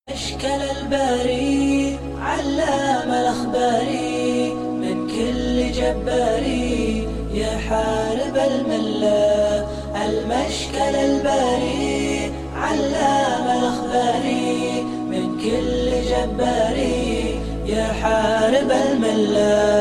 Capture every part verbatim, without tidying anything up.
أشكال الباري علام الأخباري من كل جباري يا حارب الملا المشكل الباري علام الأخباري من كل جباري يا حارب الملا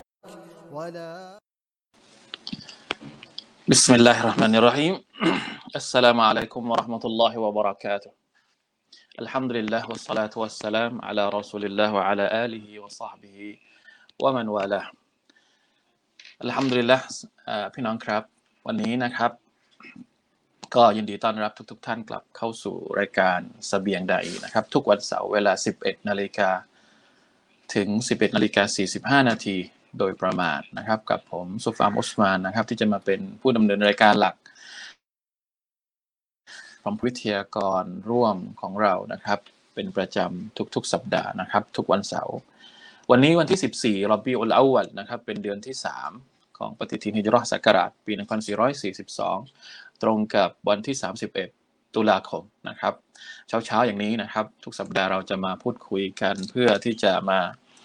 بسم الله الرحمن الرحيم السلام عليكم ورحمة الله وبركاته الحمد لله والصلاة والسلام على رسول الله وعلى آله وصحبه ومن والاه الحمد لله พี่น้องครับวันนี้นะครับก็ยินดีต้อนรับทุกๆท่านกลับเข้าสู่รายการเสบียงดาอีนะครับทุกวันเสาร์เวลา สิบเอ็ดนาฬิกา ถึง สิบเอ็ดนาฬิกาสี่สิบห้านาทีโดยประมาณนะครับกับผมซุฟานอุสมานนะครับที่จะมาเป็นผู้ดำเนินรายการหลักพร้อมวิทยากรร่วมของเรานะครับเป็นประจำทุกๆสัปดาห์นะครับทุกวันเสาร์วันนี้วันที่สิบสี่รอบีอุลอาวัลนะครับเป็นเดือนที่สามของปฏิทินฮิจเราะห์ศักราชปีหนึ่งพันสี่ร้อยสี่สิบสองตรงกับวันที่สามสิบเอ็ดตุลาคมนะครับเช้าๆอย่างนี้นะครับทุกสัปดาห์เราจะมาพูดคุยกันเพื่อที่จะมา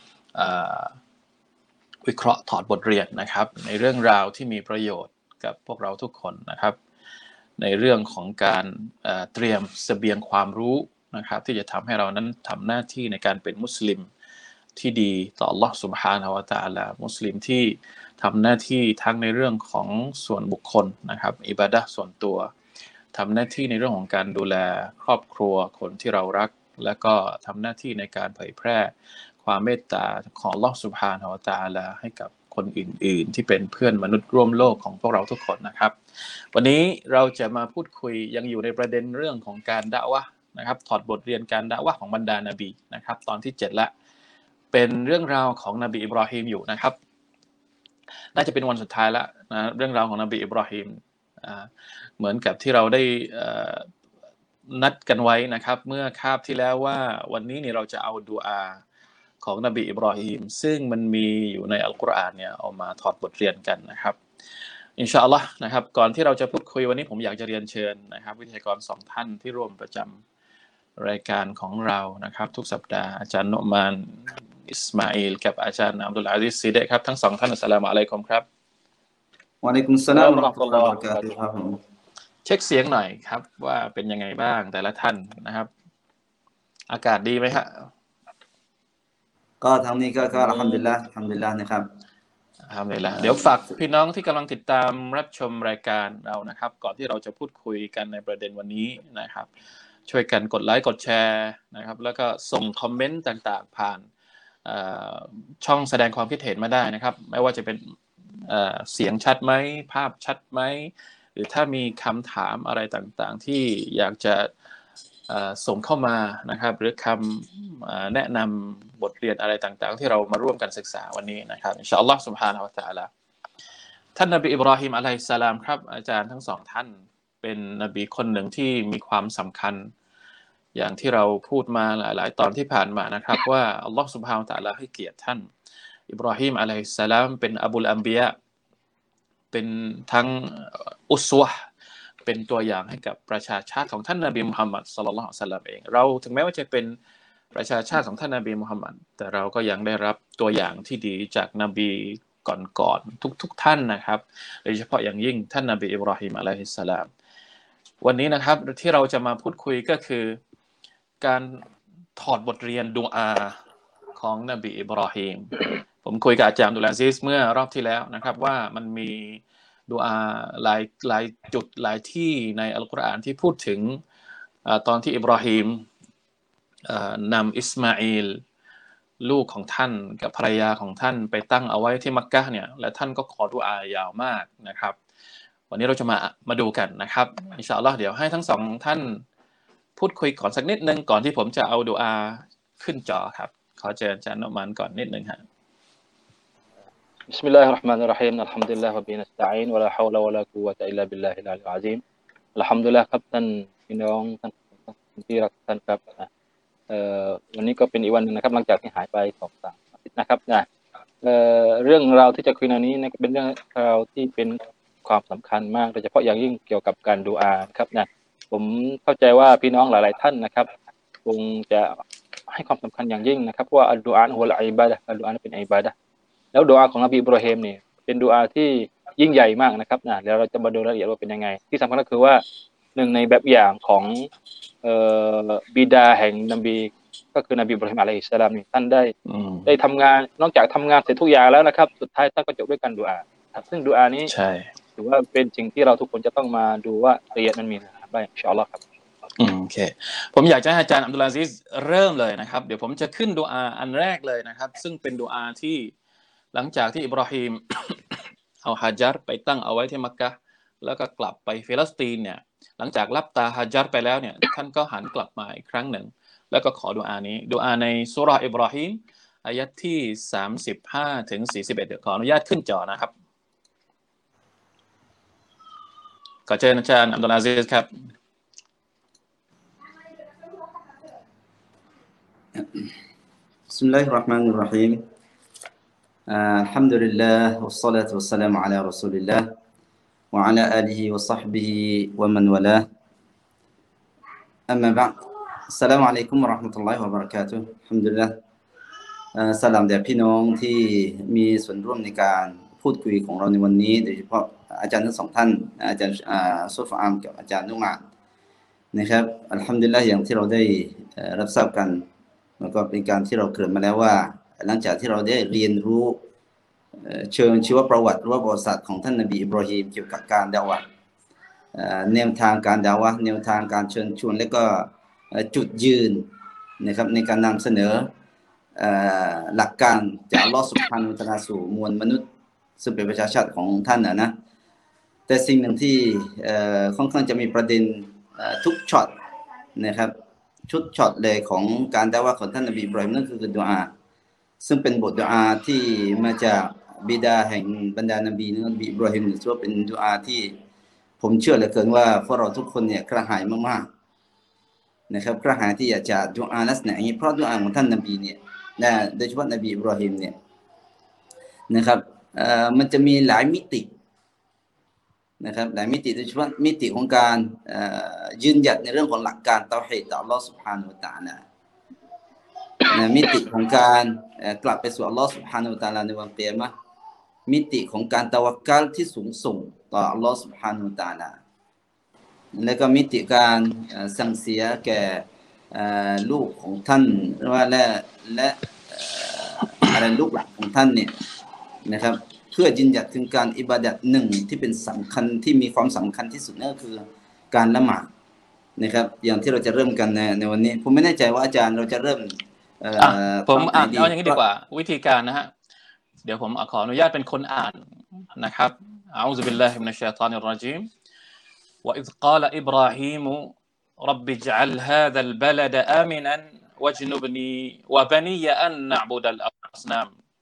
วิเคราะห์ถอดบทเรียนนะครับในเรื่องราวที่มีประโยชน์กับพวกเราทุกคนนะครับในเรื่องของการเอ่อเตรียมเสบียงความรู้นะครับที่จะทำให้เรานั้นทำหน้าที่ในการเป็นมุสลิมที่ดีต่ออัลเลาะห์ซุบฮานะฮูวะตะอาลามุสลิมที่ทำหน้าที่ทั้งในเรื่องของส่วนบุคคลนะครับอิบาดะห์ส่วนตัวทำหน้าที่ในเรื่องของการดูแลครอบครัวคนที่เรารักและก็ทำหน้าที่ในการเผยแพร่ความเมตตาของอัลเลาะห์ซุบฮานะฮูวะตะอาลาให้กับคนอื่นๆที่เป็นเพื่อนมนุษย์ร่วมโลกของพวกเราทุกคนนะครับวันนี้เราจะมาพูดคุยยังอยู่ในประเด็นเรื่องของการดะอ์วะห์นะครับถอดบทเรียนการดะอ์วะห์ของบรรดานบีนะครับตอนที่เจ็ดละเป็นเรื่องราวของนบีอิบราฮิมอยู่นะครับน่าจะเป็นวันสุดท้ายละนะเรื่องราวของนบีอิบราฮิมอ่าเหมือนกับที่เราได้นัดกันไว้นะครับเมื่อคาบที่แล้วว่าวันนี้นี่เราจะเอาดุอาของนบีอิบราฮิมซึ่งมันมีอยู่ในอัลกุรอานเนี่ยเอามาถอดบทเรียนกันนะครับอินชาอัลลอฮ์นะครับก่อนที่เราจะพูดคุยวันนี้ผมอยากจะเรียนเชิญนะครับวิทยากรสองท่านที่ร่วมประจำรายการของเรานะครับทุกสัปดาห์อาจารย์นุมานอิสมาอิลกับอาจารย์อับดุลอาซิซซีเดะครับทั้งสองท่านอัสสลามุอะลัยกุมครับวะอะลัยกุมสสลามวะเราะห์มะตุลลอฮิวะบะเราะกาตุฮ์ครับผมเช็คเสียงหน่อยครับว่าเป็นยังไงบ้างแต่ละท่านนะครับอากาศดีไหมฮะก็ทางนี้ก็ก็อัลฮัมดุลิลลาห์อัลฮัมดุลิลลาห์นะครับครับเลยละเดี๋ยวฝากพี่น้องที่กำลังติดตามรับชมรายการเรานะครับก่อนที่เราจะพูดคุยกันในประเด็นวันนี้นะครับช่วยกันกดไลค์กดแชร์นะครับแล้วก็ส่งคอมเมนต์ต่างๆผ่านช่องแสดงความคิดเห็นมาได้นะครับไม่ว่าจะเป็นเสียงชัดไหมภาพชัดไหมหรือถ้ามีคำถามอะไรต่างๆที่อยากจะส่งเข้ามานะครับหรือคำแนะนำบทเรียนอะไรต่างๆที่เรามาร่วมกันศึกษาวันนี้นะครับอินชาอัลลอฮ์ซุบฮานะฮูวะตะอาลาท่านนบีอิบราฮิมอะลัยฮิสสลามครับอาจารย์ทั้งสองท่านเป็นนบีคนหนึ่งที่มีความสำคัญอย่างที่เราพูดมาหลายๆตอนที่ผ่านมานะครับว่าอัลลอฮ์ซุบฮานะฮูวะตะอาลาให้เกียรติท่านอิบราฮิมอะลัยฮิสสลามเป็นอบูลอัมบิยะเป็นทั้งอุสวะห์เป็นตัวอย่างให้กับประชาชาติของท่านนบีมุฮัมมัดศ็อลลัลลอฮุอะลัยฮิวะซัลลัมเองเราถึงแม้ว่าจะเป็นประชาชาติของท่านนบีมุฮัมมัดแต่เราก็ยังได้รับตัวอย่างที่ดีจากนบีก่อนๆทุกๆท่านนะครับโดยเฉพาะอย่างยิ่งท่านนบีอิบราฮิมอะลัยฮิสสลามวันนี้นะครับที่เราจะมาพูดคุยก็คือการถอดบทเรียนดุอาของนบีอิบราฮิมผมคุยกับอาจารย์อับดุลอาซิซเมื่อรอบที่แล้วนะครับว่ามันมีดุอาหลายหลายจุดหลายที่ในอัลกุรอานที่พูดถึงตอนที่อิบราฮิมนำอิสมาอีลลูกของท่านกับภรรยาของท่านไปตั้งเอาไว้ที่มักกะฮ์เนี่ยและท่านก็ขอดุอายาวมากนะครับวันนี้เราจะมามาดูกันนะครับอินชาอัลลอฮ์เดี๋ยวให้ทั้งสองท่านพูดคุยก่อนสักนิดนึงก่อนที่ผมจะเอาดุอาขึ้นจอครับขอเชิญอาจารย์นุมานก่อนนิดนึงฮะ بسم الله الرحمن الرحيم الحمد لله وبه نستعين ولا حول ولا قوة إلا بالله العلي العظيم الحمد لله ครับท่านพี่น้องท่านที่รักท่านครับเอ่อวันนี้ก็เป็นอีกวันนึงนะครับหลังจากที่หายไปสองสามอาทิตย์นะครับนะเอ่อเรื่องราวที่จะคุยในนี้นะเป็นเรื่องราวที่เป็นความสำคัญมากโดยเฉพาะอย่างยิ่งเกี่ยวกับการดุอาครับนะผมเข้าใจว่าพี่น้องหลายๆท่านนะครับคงจะให้ความสำคัญอย่างยิ่งนะครับว่าอัลดุอาฮุวะลอิบาดะห์อัลดุอาเป็นอิบาดะห์แล้วดุอาของนบีอิบราฮิมเนี่ยเป็นดุอาที่ยิ่งใหญ่มากนะครับนะเดี๋ยวเราจะมาดูรายละเอียดว่าเป็นยังไงที่สำคัญก็คือว่าหนึ่งในแบบอย่างของเอ่อบิดาแห่งนบีก็คือนบีอิบราฮิมอะลัยฮิสสลามนี่ท่านได้ได้ทำงานนอกจากทำงานเสร็จทุกอย่างแล้วนะครับสุดท้ายท่านก็จบด้วยการดุอาซึ่งดุอานี้ใช่ถือว่าเป็นสิ่งที่เราทุกคนจะต้องมาดูว่าละเอียดมันมีอะไรอินชาอัลเลาะห์ครับอืมโอเคผมอยากจะให้อาจารย์อับดุลอาซิซเริ่มเลยนะครับเดี๋ยวผมจะขึ้นดุอาอันแรกเลยนะครับซึ่งเป็นดุอาที่หลังจากที่อิบราฮิม เอาฮะญัรไปตั้งเอาไว้ที่มักกะห์แล้วก็กลับไปฟิลิสตีนเนี่ยหลังจากรับตาฮะญัรไปแล้วเนี่ยท่านก็หันกลับมาอีกครั้งหนึ่งแล้วก็ขอดุอานี้ดุอาในซูเราะห์อิบราฮิมอายะห์ที่สามสิบห้าถึงสี่สิบเอ็ดเดี๋ยวขออนุญาตขึ้นจอนะครับขอเชิญอาจารย์อับดุลอาซิซครับ بسم الله الرحمن الرحيم الحمد لله والصلاة والسلام على رسول الله وعلى آله وصحبه ومن والاه أما بعد السلام عليكم ورحمة الله وبركاته الحمد لله สลามแด่พี่น้องที่มีส่วนร่วมในการพูดคุยของเราในวันนี้โดยเฉพาะอาจารย์ทั้งสองท่านอาจารย์ซุฟอามกับอาจารย์นุมานนะครับอัลฮัมดุลิลละห์อย่างที่เราได้รับทราบกันแล้วก็เป็นการที่เราเกริ่นมาแล้วว่าหลังจากที่เราได้เรียนรู้เชิงชีวประวัติหรือว่าประวัติศาสตร์ของท่านนบีอิบราฮิมเกี่ยวกับการดะอ์วะห์แนวทางการดะอ์วะห์แนวทางการเชิญชวนและก็จุดยืนนะครับในการนำเสนอหลักการจากอัลเลาะห์ซุบฮานะฮูวะตะอาลาสู่มวลมนุษย์ซึ่งเป็นประชาชาติของท่านนะนะแต่สิ่งหนึ่งที่ค่อนข้างจะมีประเด็นทุกช็อตนะครับชุดช็อตเลยของการดะอ์วะห์ของท่านนบีอิบราฮิมนั่นคือดุอาซึ่งเป็นบทดุอาที่มาจากบิดาแห่งบรรดานบีนบีอิบราฮิมถือว่าเป็นดุอาที่ผมเชื่อเหลือเกินว่าพวกเราทุกคนเนี่ยกระหายมากๆนะครับกระหายที่อยากจะดุอาลักษณะนี้เพราะดุอาของท่านนบีเนี่ยนะโดยเฉพาะนบีอิบราฮิมเนี่ยนะครับเอ่อมันจะมีหลายมิตินะครับหลายมิติโดยเฉพาะมิติของการยืนหยัดในเรื่องของหลักการเตาฮีดต่ออัลเลาะห์ซุบฮานะฮูวะตะอาลานะมิติของการกลับไปสู่อัลเลาะห์ซุบฮานะฮูวะตะอาลาในวันกิยามะห์มิติของการตะวักกัลที่สูงส่งต่ออัลเลาะห์ซุบฮานะฮูวะตะอาลาแล้วก็มิติการสั่งเสียแก่ลูกของท่านว่าและและอะไรลูกหลานของท่านเนี่ยนะครับเพื่อยืนหยัดถึงการอิบาดะห์หนึ่งที่เป็นสำคัญที่มีความสำคัญที่สุดนั่นก็คือการละหมาดนะครับอย่างที่เราจะเริ่มกันในในวันนี้ผมไม่แน่ใจว่าอาจารย์เราจะเริ่มเอ่อผมอ่านเอาอย่างนี้ดีกว่าวิธีการนะฮะเดี๋ยวผมขออนุญาตเป็นคนอ่านนะครับอะอูซุบิลลาฮิมินัชชัยฏอนิรเราะญีมวะอิซกาลอิบราฮีมรับบิญะลฮาซาลบะลดอามินันวัจนุบนีวะบะนียะอันนะอ์บุดัลอัศนาม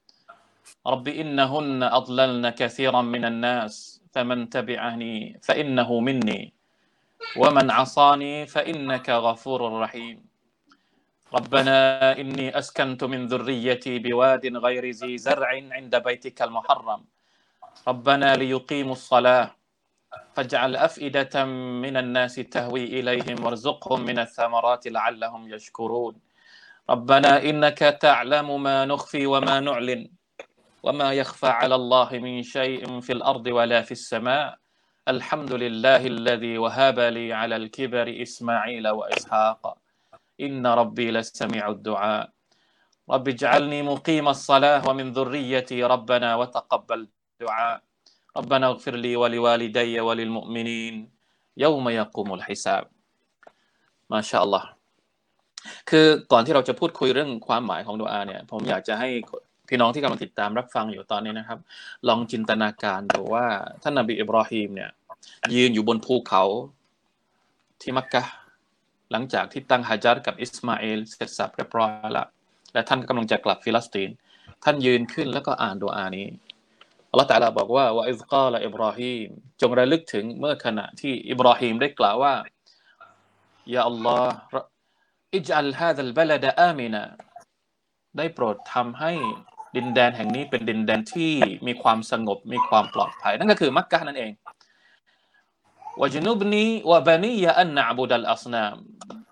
رب إنهن أضللن كثيرا من الناس فمن تبعني فإنه مني ومن عصاني فإنك غفور رحيم ربنا إني أسكنت من ذريتي بواد غير ذي زرع عند بيتك المحرم ربنا ليقيموا الصلاة فاجعل أفئدة من الناس تهوي إليهم وارزقهم من الثمرات لعلهم يشكرون ربنا إنك تعلم ما نخفي وما نعلن وما يخفى على الله من شيء في الأرض ولا في السماء الحمد لله الذي وهب لي على الكبر إسماعيل وإسحاق إن ربي لسميع الدعاء رب اجعلني مقيم الصلاة ومن ذريتي ربنا وتقبل دعاء ربنا اغفر لي ولوالدي وللمؤمنين يوم يقوم الحساب ما شاء الله คือก่อนที่เราจะพูดคุยเรื่องความหมายของดุอาเนี่ยผมอยากจะให้พี่น้องที่กำลังติดตามรับฟังอยู่ตอนนี้นะครับลองจินตนาการดูว่าท่านนบีอิบราฮิมเนี่ยยืนอยู่บนภูเขาที่มักกะห์หลังจากที่ตั้งฮะญัรกับอิสมาอีลเสร็จสับเรียบร้อยแล้วและท่านกำลังจะกลับฟิลิสตีนท่านยืนขึ้นแล้วก็อ่านดุอานี้อัลเลาะห์ตะอาลาบอกว่าวะอิซกาลอิบราฮีมจงระลึกถึงเมื่อขณะที่อิบราฮีมได้กล่าวว่ายาอัลลอฮ์อิจอัลฮาซัลบะลดอามินะได้โปรดทำให้ดินแดนแห่งนี้เป็นดินแดนที่มีความสงบมีความปลอดภัยนั่นก็คือมักกะห์นั่นเองวะจนุบนีวะบะนียะอันนะอ์บุดัลอัศนาม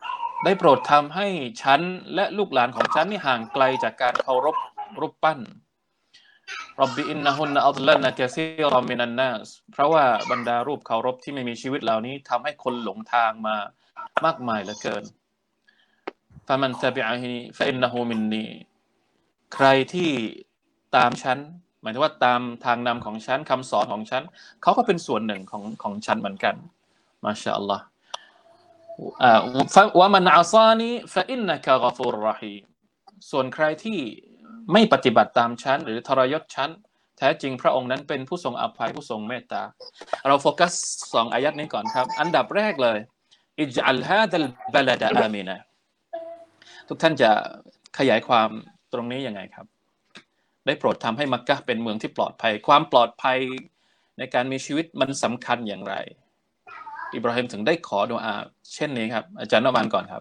ได้โปรดทำให้ฉันและลูกหลานของฉันนี่ห่างไกลจากการเคารพรูปปั้นร็อบบิอินนะฮุนนะอัฎลันนะกะซีรอมินันนัสเพราะว่าบรรดารูปเคารพที่ไม่มีชีวิตเหล่านี้ทำให้คนหลงทางมามากมายเหลือเกินฟะมันตะบิอะฮีฟะอินนะฮูมินนีใครที่ตามฉันหมายถึงว่าตามทางนำของฉันคำสอนของฉันเขาก็เป็นส่วนหนึ่งของของฉันเหมือนกันมาชาอัลลอฮ์อ่าวะมันอะซานีฟะอินนะกะฆอฟูรเราะฮีมส่วนใครที่ไม่ปฏิบัติตามฉันหรือทรยศฉันแท้จริงพระองค์นั้นเป็นผู้ทรงอภัยผู้ทรงเมตตาเราโฟกัสสองอายัดนี้ก่อนครับอันดับแรกเลยอิจอัลฮาดัลบะลดะอามินะทุกท่านจะขยายความตรงนี้ยังไงครับได้โปรดทำให้มักกะห์เป็นเมืองที่ปลอดภัยความปลอดภัยในการมีชีวิตมันสำคัญอย่างไรอิบราฮิมถึงได้ขอดุอาเช่นนี้ครับอาจารย์นอมานก่อนครับ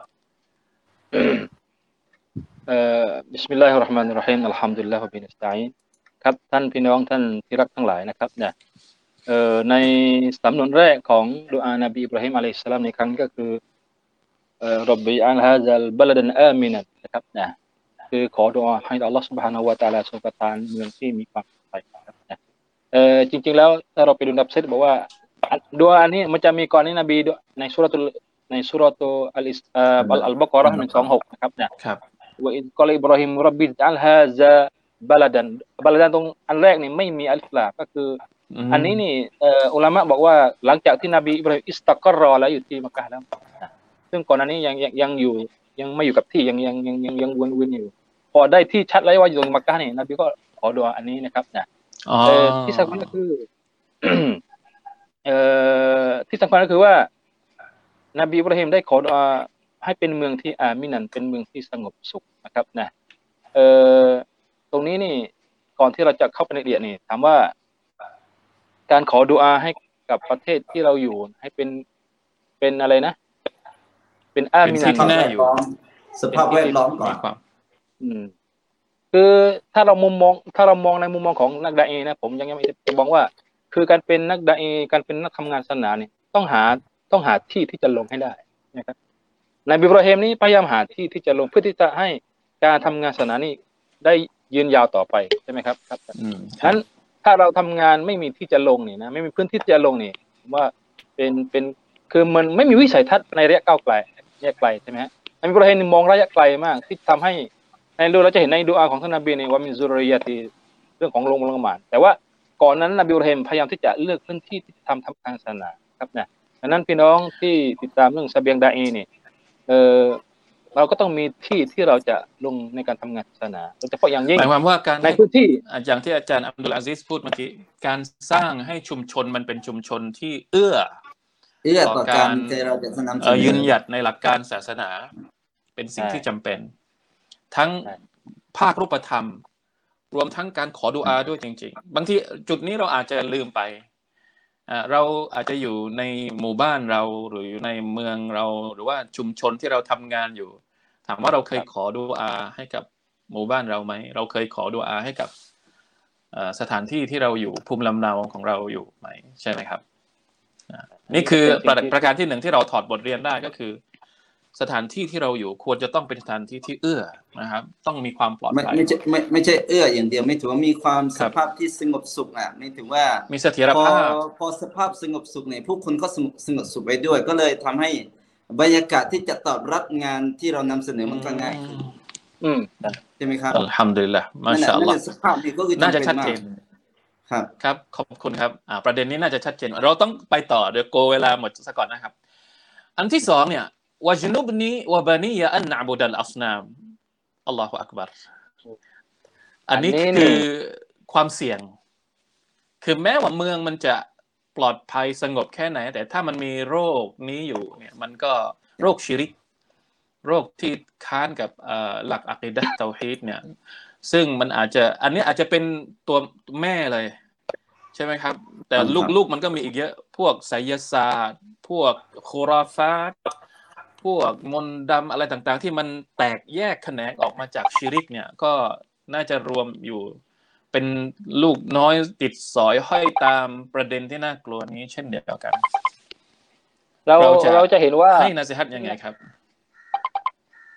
เอ่อบิสมิลลาฮิรเราะห์มานิรเราะฮีมอัลฮัมดุลิลลาฮิวะบินัสตะอีนครับท่านพี่น้องท่านที่รักทั้งหลายนะครับเนี่ยเอ่อในสำนวนแรกของดุอานบีอิบราฮิมอะลัยฮิสสลามในครั้งนี้ก็คือเอ่อร็อบบิอัลฮาซัลบะลดันอามินันนะครับนะคือขอดุอาให้อัลเลาะห์ซุบฮานะฮูวะตะอาลาทรงประทานเมืองที่มีความปลอดภัยนะครับนะเอ่อจริงๆแล้วถ้าเราไปดูนับเซตบอกว่าดุอานี้มันจะมีก่อนนี้นบีในซูเราะตุลในซูเราะตุอัลอิสเอ่ออัลบะเกาะเราะห์หนึ่งสองหกนะครับนะครับว่าอิซกอลอิบราฮิมร็อบบิอัลฮาซาบะลดันบะลดันตรงอันแรกนี่ไม่มีอัลิฟลามก็คืออันนี้นี่เอ่ออุลามะบอกว่าหลังจากที่นบีอิบราฮิมอิสตักรอแล้วอยู่ที่มักกะฮ์แล้วซึ่งก่อนหน้านี้ยังยังยังอยู่ยังไม่อยู่กับที่ยังยังยังยังยังวนเวียนอยู่พอได้ที่ชัดแล้วว่าอยู่ตรงมักกะฮ์นี่นบีก็ขอดุอาอันนี้นะครับนะเอ่อที่สำคัญก็คือเอ่อที่สำคัญก็คือว่านบีอิบราฮิมได้ขอดุอาให้เป็นเมืองที่อามินันเป็นเมืองที่สงบสุขนะครับนะเอ่อตรงนี้นี่ก่อนที่เราจะเข้าไปในรายละเอียดนี่ถามว่าการขอดุอาให้กับประเทศที่เราอยู่ให้เป็นเป็นอะไรนะเป็นอามินันสภาพแวดล้อมก่อนอืมคือถ้าเรามุมมองถ้าเรามองในมุมมองของนักดะอีนะผมยังยังไม่จะบอกว่าคือการเป็นนักดะอีการเป็นนักทำงานศาสนาเนี่ยต้องหาต้องหาที่ที่จะลงให้ได้นะครับนบีอิบราฮิมนี่พยายามหาที่ที่จะลงเพื่อที่จะให้การทำงานศาสนานี่ได้ยืนยาวต่อไปใช่ไหมครับครับนั้นถ้าเราทำงานไม่มีที่จะลงนี่นะไม่มีพื้นที่จะลงนี่ว่าเป็นเป็นคือมันไม่มีวิสัยทัศน์ในระยะก้าวไกลระยะไกลใช่ไหมฮะนบีอิบราฮิมมองระยะไกลมากที่ทำให้ในดูเราจะเห็นในดุอาของท่านนบีในว่ามินซุรริยะตีเรื่องของลงลงละหมาดแต่ว่าก่อนนั้นนบีอิบราฮิมพยายามที่จะเลือกพื้นที่ที่ทำทำการศาสนาครับนะดังนั้นพี่น้องที่ติดตามเรื่องเสบียงดาอีนี่เออเราก็ต้องมีที่ที่เราจะลงในการทำงานศาสนาโดยเฉพาะอย่างยิ่งหมายความว่าการในพื้นที่อย่างที่อาจารย์อับดุลอาซิซพูดเมื่อกี้การสร้างให้ชุมชนมันเป็นชุมชนที่เอื้อเอื้อต่อการที่เราจะนำเสนอยืนหยัดในหลักการศาสนาเป็นสิ่งที่จำเป็นทั้งภาครูปธรรมรวมทั้งการขอดุอาด้วยจริงๆบางทีจุดนี้เราอาจจะลืมไปเราอาจจะอยู่ในหมู่บ้านเราหรือในเมืองเราหรือว่าชุมชนที่เราทำงานอยู่ถามว่าเราเคยขอดุอาให้กับหมู่บ้านเราไหมเราเคยขอดุอาให้กับสถานที่ที่เราอยู่ภูมิลำเนาของเราอยู่ไหมใช่ไหมครับนี่คือประการที่หนึ่งที่เราถอดบทเรียนได้ก็คือสถานที่ที่เราอยู่ควรจะต้องเป็นสถานที่ที่เอื้อนะครับต้องมีความปลอดภัยไม่ใช่ไม่ไม่ใช่เอื้ออย่างเดียวไม่ถือว่ามีความสภาพที่สงบสุขอ่ะไม่ถือว่ามีเสถียรภาพพอพอสภาพสงบสุขเนี่ยผู้คนก็สงบสุขไปด้วยก็เลยทำให้บรรยากาศที่จะตอบรับงานที่เรานำเสนอมันก็ง่ายขึ้นอืมใช่ไหมครับอัลฮัมดุลิลละห์มาชาอัลลอฮ์สภาพนี้ก็คือน่าจะชัดเจนครับครับขอบคุณครับอ่าประเด็นนี้น่าจะชัดเจนเราต้องไปต่อเดี๋ยวโกเวลาหมดซะก่อนนะครับอันที่สองเนี่ยวะจนุบนีวะบานียะอันนะอ์บุดัลอัศนามอัลลอฮุอักบัรอันนี้คือความเสี่ยงคือแม้ว่าเมืองมันจะปลอดภัยสงบแค่ไหนแต่ถ้ามันมีโรคนี้อยู่เนี่ยมันก็โรคชิริกโรคที่ค้านกับหลักอะกีดะห์เตาฮีดเนี่ยซึ่งมันอาจจะอันนี้อาจจะเป็นตัวแม่เลยใช่ไหมครับแต่ลูกๆมันก็มีอีกเยอะพวกไสยศาสตร์พวกคุราฟาตพวกมนต์ดำอะไรต่างๆที่มันแตกแยกแขนงออกมาจากชิริกเนี่ยก็น่าจะรวมอยู่เป็นลูกน้อยติดสอยห้อยตามประเด็นที่น่ากลัวนี้เช่นเดียวกันเราเราจะเห็นว่าให้นาซีฮัตยังไงครับ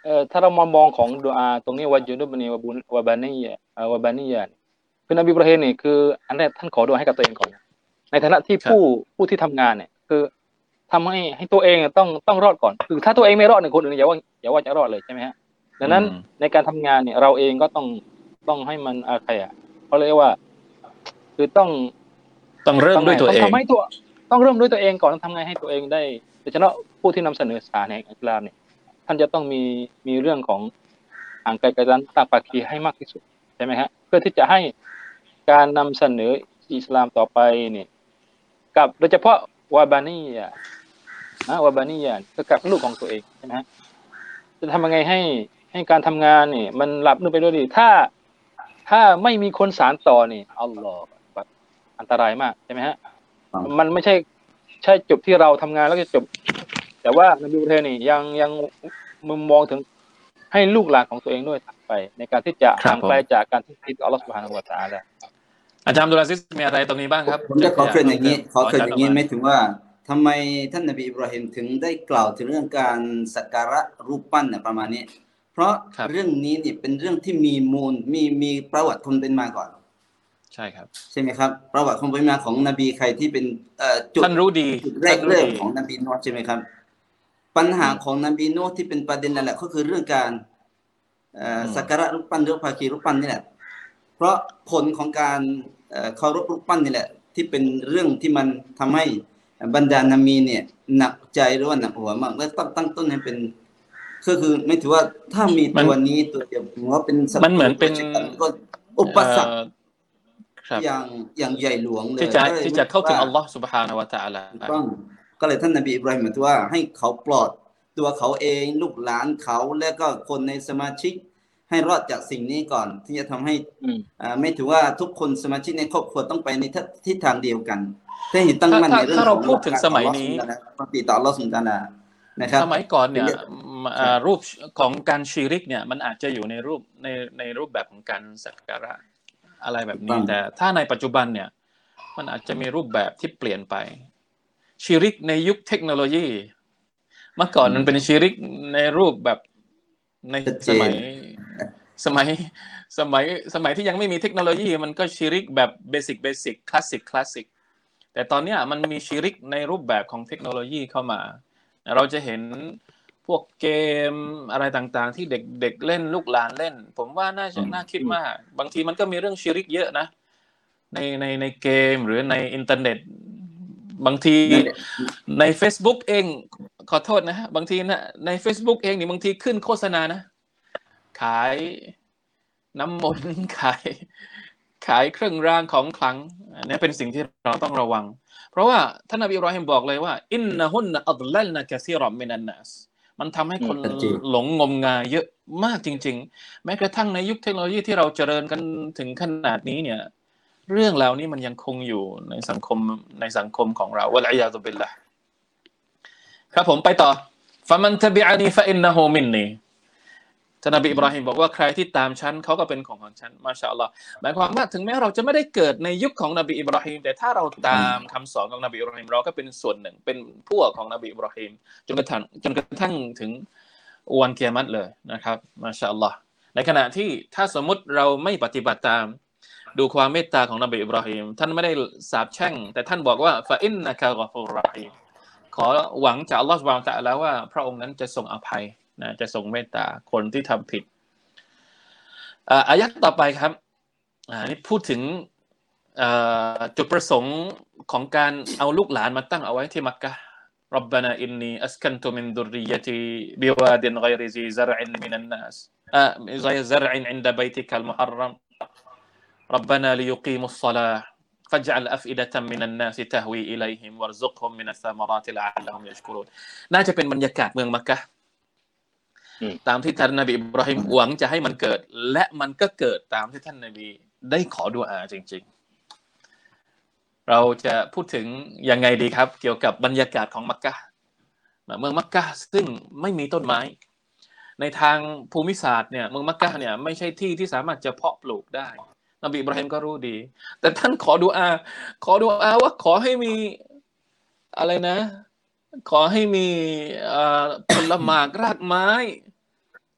เอ่อถ้าเรามามองของดุอาตรงนี้วะจุนุบนีวะบุนวะบานียะวะบานียะคือนบีอิบราฮิมนี่คืออันแรกท่านขอดุอาให้กับตัวเองก่อนในฐานะที่ผู้ผู้ที่ทำงานเนี่ยคือทำให้ให้ตัวเองต้องต้องรอดก่อนคือถ้าตัวเองไม่รอดเนี่ยคนอื่นอย่าว่าอย่าว่าจะรอดเลยใช่ไหมฮะดังนั้นในการทำงานเนี่ยเราเองก็ต้องต้องให้มันอะไรอ่ะเขาเรียกว่าคือต้องต้องเริ่มด้วยตัวเองต้องทำให้ตัวต้องเริ่มด้วยตัวเองก่อนต้องทำไงให้ตัวเองได้โดยเฉพาะผู้ที่นำเสนอศาสนาแห่งอิสลามเนี่ยท่านจะต้องมีมีเรื่องของห่างไกลกันตาปาคีให้มากที่สุดใช่ไหมฮะเพื่อที่จะให้การนำเสนออิสลามต่อไปเนี่ยกับโดยเฉพาะวาบานีอ่ะนะวาบานีอ่ะก็กับลูกของตัวเองใช่ไหมฮะจะทำยังไงให้ให้การทำงานเนี่ยมันหลับนู่นไปด้วยดีถ้าถ้าไม่มีคนสานต่อนี่อัลลอฮฺอันตรายมากใช่ไหมฮะมันไม่ใช่ใช่จบที่เราทำงานแล้วจะจบแต่ว่านบีอิบราฮิมนี่ยังยังมุมมองถึงให้ลูกหลานของตัวเองด้วยไปในการที่จะห่างไกลจากการที่คิดอัลลอฮฺซุบฮานะฮูวะตะอาลาอาจารย์อับดุลอาซิซมีอะไรตรงนี้บ้างครับผมจะขอเกริ่นอย่างนี้ขอเกริ่นอย่างนี้ไม่ถึงว่าทำไมท่านนบีอิบราฮิมถึงได้กล่าวถึงเรื่องการสักการะรูปปั้นเนี่ยประมาณนี้เพราะเรื่องนี้นี่เป็นเรื่องที่มีมูลมีมีประวัติความเป็นมาก่อนใช่ครับใช่ไหมครับประวัติความเป็นมาของนบีใครที่เป็นจุดท่านรู้ดีจุดแรกเริ่มของนบีนูฮ์ใช่ไหมครับปัญหาของนบีนูฮ์ที่เป็นประเด็นนั่นแหละก็คือเรื่องการสักการะรูปปั้นหรือภาคีรูปปั้นนี่แหละเพราะผลของการเคารพรูปปั้นนี่แหละที่เป็นเรื่องที่มันทำให้บรรดานามีเนี่ยหนักใจหรือว่าหนักหัวมากและต้องตั้งต้นให้เป็นก็คือไม่ถือว่าถ้ามีตัวนี้ตัวเดียวว่าเป็นมันเหมือนเป็นก็อุปสรรคอย่างอย่างใหญ่หลวงเลยที่จะที่จะเข้าถึงอัลลอฮฺซุบฮานะฮูวะตะอาลาต้องก็เลยท่านนบีอิบราฮิมบอกว่าให้เขาปลอดตัวเขาเองลูกหลานเขาและก็คนในสมาชิกให้รอดจากสิ่งนี้ก่อนที่จะทำให้ไม่ถือว่าทุกคนสมาชิกในครอบครัวต้องไปในทิศทางเดียวกันถ้าเห็นตั้งมั่นในเรื่องถ้าเราพูดถึงสมัยนี้ปฏิต่ออัลเลาะห์ซุบฮานะฮูวะตะอาลานะครับสมัยก่อนเนี่ยรูปของการชิริกเนี่ยมันอาจจะอยู่ในรูปในในรูปแบบของการสักการะอะไรแบบนี้แต่ถ้าในปัจจุบันเนี่ยมันอาจจะมีรูปแบบที่เปลี่ยนไปชิริกในยุคเทคโนโลยีเมื่อก่อนมันเป็นชิริกในรูปแบบในสมัยสมัยสมัยสมัยที่ยังไม่มีเทคโนโลยีมันก็ชิริกแบบเบสิกเบสิกคลาสสิกคลาสสิกแต่ตอนนี้มันมีชิริกในรูปแบบของเทคโนโลยีเข้ามาเราจะเห็นพวกเกมอะไรต่างๆที่เด็กๆเล่นลูกหลานเล่นผมว่าน่าจะน่าคิดมากบางทีมันก็มีเรื่องชิริกเยอะนะในในในเกมหรือในอินเทอร์เน็ตบางทีใน Facebook เองขอโทษนะฮะบางทีนะใน Facebook เองนี่บางทีขึ้นโฆษณานะขายน้ำมนต์ขายขายเครื่องรางของขลังนี่เป็นสิ่งที่เราต้องระวังเพราะว่าท่านนบีอิบราฮิมบอกเลยว่าอินนะฮุนนะอัฎลัลนะกะซีรอมมินันนัสมันทำให้คนหลงงมงายเยอะมากจริงๆแม้กระทั่งในยุคเทคโนโลยีที่เราเจริญกันถึงขนาดนี้เนี่ยเรื่องเหล่านี้มันยังคงอยู่ในสังคมในสังคมของเราวะลัยยาซุบิลละห์ครับผมไปต่อฟะมันตะบิอะนีฟะอินนะฮูมินนีท่านนบีอิบราฮิมบอกว่าใครที่ตามฉันเขาก็เป็นของของฉันมาชาอัลลอฮ์หมายความว่าถึงแม้เราจะไม่ได้เกิดในยุคของนบีอิบราฮิมแต่ถ้าเราตามคำสอนของนบีอิบราฮิมเราก็เป็นส่วนหนึ่งเป็นพวกของนบีอิบราฮิมจนกระทั่งจนกระทั่งถึงวันกิยามะฮ์เลยนะครับมาชาอัลลอฮ์ในขณะที่ถ้าสมมุติเราไม่ปฏิบัติตามดูความเมตตาของนบีอิบราฮิมท่านไม่ได้สาปแช่งแต่ท่านบอกว่าฟะอินนะกะกอฟูรเราะฮีมขอหวังจากอัลเลาะห์ซุบฮานะฮูวะตะอาลาว่าพระองค์นั้นจะทรงอภัยนะจะทรงเมตตาคนที่ทำผิดอ่าอายะห์ต่อไปครับอ่านี่พูดถึงอ่าจุดประสงค์ของการเอาลูกหลานมาตั้งเอาไว้ที่มักกะฮ์ร็อบบานาอินนีอัสกันตุมินดุรริยะตีบิวาดินฆอยริซีซะรอินมินันนัสอ่าฆอยซะรอินอินดะบัยติกัลมุฮัรรัมร็อบบานาลิยุกีมุศศอลาفاجعل أفئدة من الناس تهوي إليهم وارزقهم من الثمرات لعلهم يشكرون น่าจะเป็นบรรยากาศเมืองมักกะฮ์ตามที่ท่านนบีอิบราฮิมหวังจะให้มันเกิดและมันก็เกิดตามที่ท่านนบีได้ขอดุอาจริงๆเราจะพูดถึงยังไงดีครับเกี่ยวกับบรรยากาศของมักกะฮ์เมืองมักกะฮ์ซึ่งไม่มีต้นไม้ในทางภูมิศาสตร์เนี่ยเมืองมักกะฮ์เนี่ยไม่ใช่ที่ที่สามารถจะเพาะปลูกได้นบีอิบราฮิมก็รู้ดีแต่ท่านขอดุอาขอดุอาว่าขอให้มีอะไรนะขอให้มีผลหมากรากไม้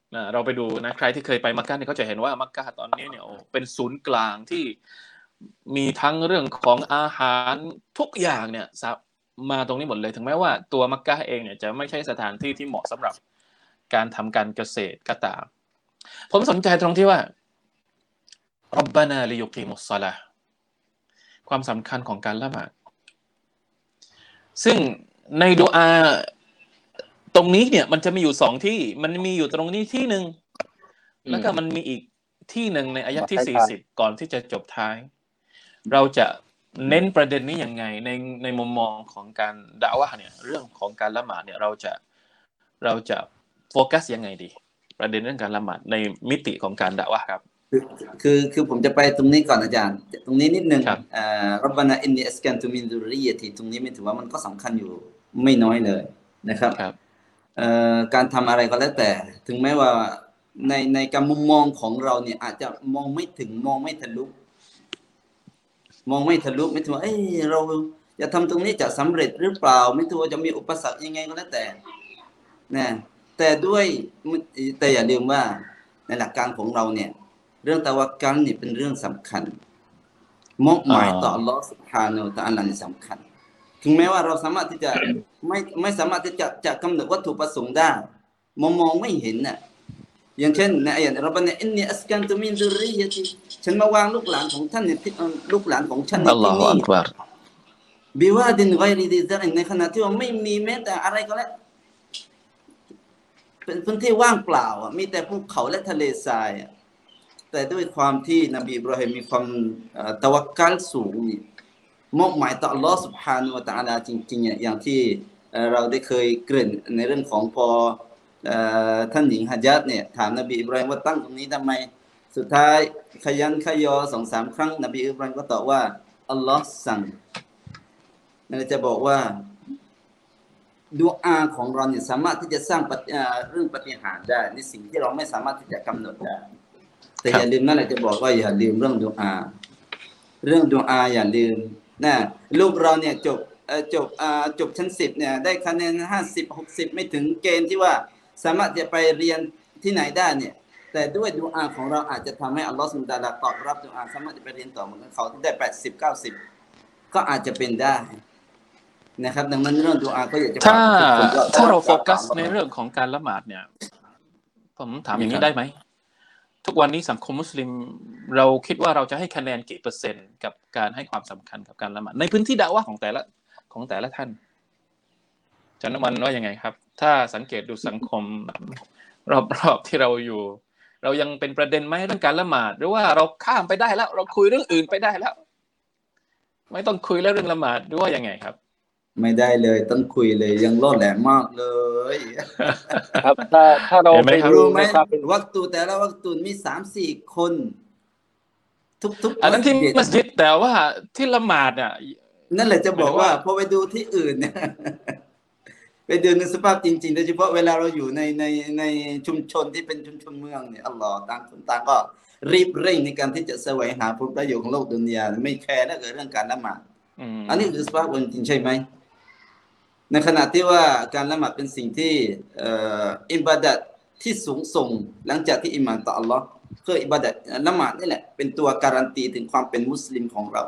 เราไปดูนะใครที่เคยไปมักกะฮ์เนี่ยเขาจะเห็นว่ามักกะฮ์ตอนนี้เนี่ยโอ้เป็นศูนย์กลางที่มีทั้งเรื่องของอาหารทุกอย่างเนี่ยมาตรงนี้หมดเลยถึงแม้ว่าตัวมักกะฮ์เองเนี่ยจะไม่ใช่สถานที่ที่เหมาะสำหรับการทำการเกษตรก็ตามผมสนใจตรงที่ว่าร็อบบานาลิยุกีมุสศอลาห์ความสำคัญของการละหมาดซึ่งในดุอาตรงนี้เนี่ยมันจะมีอยู่สองที่มันมีอยู่ตรงนี้ที่หนึ่งแล้วก็มันมีอีกที่หนึ่งในอายะที่สี่สิบก่อนที่จะจบท้ายเราจะเน้นประเด็นนี้ยังไงในในมุมมองของการดะอ์วะห์เนี่ยเรื่องของการละหมาดเนี่ยเราจะเราจะโฟกัสยังไงดีประเด็นเรื่องการละหมาดในมิติของการดะอ์วะห์ครับคือคือคือผมจะไปตรงนี้ก่อนอาจารย์ตรงนี้นิดนึงอ่ารับบานะอินนีอัสกันตุมินซุรริยะตีตรงนี้ไม่ถือว่ามันก็สำคัญอยู่ไม่น้อยเลยนะครับเอ่อการทำอะไรก็แล้วแต่ถึงแม้ว่าในในการมุมมองของเราเนี่ยอาจจะมองไม่ถึงมองไม่ทะลุมองไม่ทะลุไม่ถือว่าเอ้ยเราจะทำตรงนี้จะสำเร็จหรือเปล่าไม่ถือว่าจะมีอุปสรรคยังไงก็แล้วแต่นะแต่ด้วยแต่อย่าลืมว่าในหลักการของเราเนี่ยเรื่องตะวักกัลนี่เป็นเรื่องสำคัญมอบหมายต่ออัลเลาะห์ซุบฮานะฮูวะตะอาลานี่สำคัญถึงแม้ว่าเราสามารถที่จะไม่ไม่สามารถที่จะจะกำหนดวัตถุประสงค์ได้มองมองไม่เห็นน่ะอย่างเช่นในอายะห์ร็อบบานะอินนีอัสกันตุมินซุรริยะตีฉันมาวางลูกหลานของท่านเนี่ยลูกหลานของฉันในที่นี้บิวาดินฆอยริซิซะรินในขณะที่ว่าไม่มีแม้แต่อะไรก็แล้วเป็นพื้นที่ว่างเปล่ามีแต่ภูเขาและทะเลทรายแต่ด้วยความที่นบีอิบราฮิมมีความตะวักกัลสูงนี่มอบหมายต่ออัลเลาะห์ซุบฮานะฮูวะตะอาลาจริงๆอย่างที่เราได้เคยเกริ่นในเรื่องของพอท่านหญิงฮะญัดเนี่ยถามนบีอิบราฮิมว่าตั้งตรงนี้ทำไมสุดท้ายขยันขยอ สองสาม ครั้งนบีอิบราฮิมก็ตอบว่าอัลเลาะห์สั่งนั่นจะบอกว่าดุอาของเราเนี่ยสามารถที่จะสร้างเรื่องปาฏิหาริย์ได้ในสิ่งที่เราไม่สามารถที่จะกำหนดได้แต่อย่าลืมนั่นแหละจะบอกว่าอย่าลืมเรื่องดุอาเรื่องดุอาอย่าลืมนะลูกเราเนี่ยจบจบจบชั้นสิบเนี่ยได้คะแนนห้าสิบ หกสิบไม่ถึงเกณฑ์ที่ว่าสามารถจะไปเรียนที่ไหนได้เนี่ยแต่ด้วยดุอาของเราอาจจะทำให้อัลเลาะห์ซุบฮานะฮูวะตะอาลาตอบรับดุอาสามารถจะไปเรียนต่อเหมือนเขาที่ได้แปดสิบ เก้าสิบก็อาจจะเป็นได้นะครับดังนั้นเรื่องดุอาก็อยากจะถ้าถ้าเราโฟกัสในเรื่องของการละหมาดเนี่ยผมถามอย่างนี้ได้ไหมทุกวันนี้สังคมมุสลิมเราคิดว่าเราจะให้คะแนนกี่เปอร์เซ็นต์กับการให้ความสำคัญกับการละหมาดในพื้นที่ดะอ์วะห์ของแต่ละของแต่ละท่านอาจารย์น้ำมันว่ายังไงครับถ้าสังเกตดูสังคมรอบๆที่เราอยู่เรายังเป็นประเด็นไหมเรื่องการละหมาดหรือว่าเราข้ามไปได้แล้วเราคุยเรื่องอื่นไปได้แล้วไม่ต้องคุยเรื่องละหมาดหรือว่ายังไงครับไม่ได้เลยต้องคุยเลยยังโลดแหลมมากเลยครับถ้าถ้าเราไปรู้ไหมวักตูแต่ละวักตูมี สามสี่ คนทุกๆอันนั้นที่มัสยิดแต่ว่าที่ละหมาดเนี่ยนั่นแหละจะบอกว่าพอไปดูที่อื่นเนี่ยไปดูในสภาพจริงๆโดยเฉพาะเวลาเราอยู่ในในในชุมชนที่เป็นชุมชนเมืองเนี่ยอัลลอฮ์ต่างคนต่างก็รีบเร่งในการที่จะแสวงหาผลประโยชน์ของโลกดุนยาไม่แคร์เรื่องการละหมาดอันนี้คือสภาพจริงใช่ไหมในขณะที่ว่าการละหมาดเป็นสิ่งที่อิบาดะห์ที่สูงส่งหลังจากที่อิมานต่ออัลลอฮ์คืออิบาดะห์ละหมาดนี่แหละเป็นตัวการันตีถึงความเป็นมุสลิมของเรา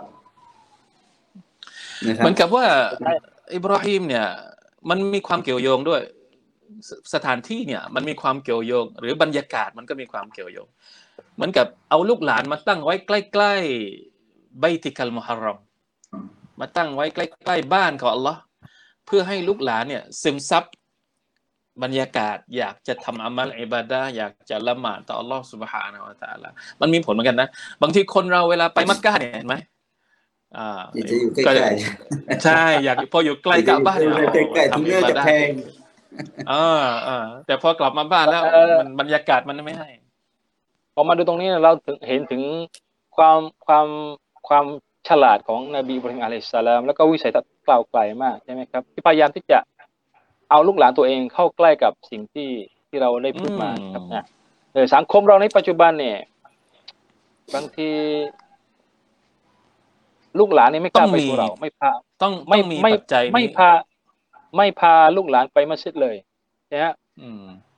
เหมือนกับว่าอิบราฮิมเนี่ยมันมีความเกี่ยวโยงด้วยสถานที่เนี่ยมันมีความเกี่ยวโยงหรือบรรยากาศมันก็มีความเกี่ยวโยงเหมือนกับเอาลูกหลานมาตั้งไว้ใกล้ๆบัยติกัลมุฮัรรอมมาตั้งไว้ใกล้ๆบ้านของอัลลอฮ์เพื่อให้ลูกหลานเนี่ยซึมซับบรรยากาศอยากจะทำอามัลอิบาดะห์อยากจะละหมาดต่ออัลลอฮ์ซุบฮานะฮูวะตะอาลามันมีผลเหมือนกันนะบางทีคนเราเวลาไปมักกะฮ์เนี่ยเห็นไหมอ่าก็ใช่อยากพออยู่ใกล้กะบะห์เนี่ยใกล้ๆถึงเรื่องจะแพงอ่าๆแต่พอกลับมาบ้านแล้วมันบรรยากาศมันไม่ให้พอมาดูตรงนี้เราเห็นถึงความความความฉลาดของนบีอิบราฮิมอะลัยฮิสสลามแล้วก็วิสัยทัศน์กล่าวไกลมากใช่ไหมครับที่พยายามที่จะเอาลูกหลานตัวเองเข้าใกล้กับสิ่งที่ที่เราได้พูดมาครับนะเออสังคมเราในปัจจุบันเนี่ยบางทีลูกหลานนี่ไม่กล้าไปกับเราไม่พาต้องไม่มีปัจจัยไม่พาไม่พาลูกหลานไปมัสยิดเลยนะฮะ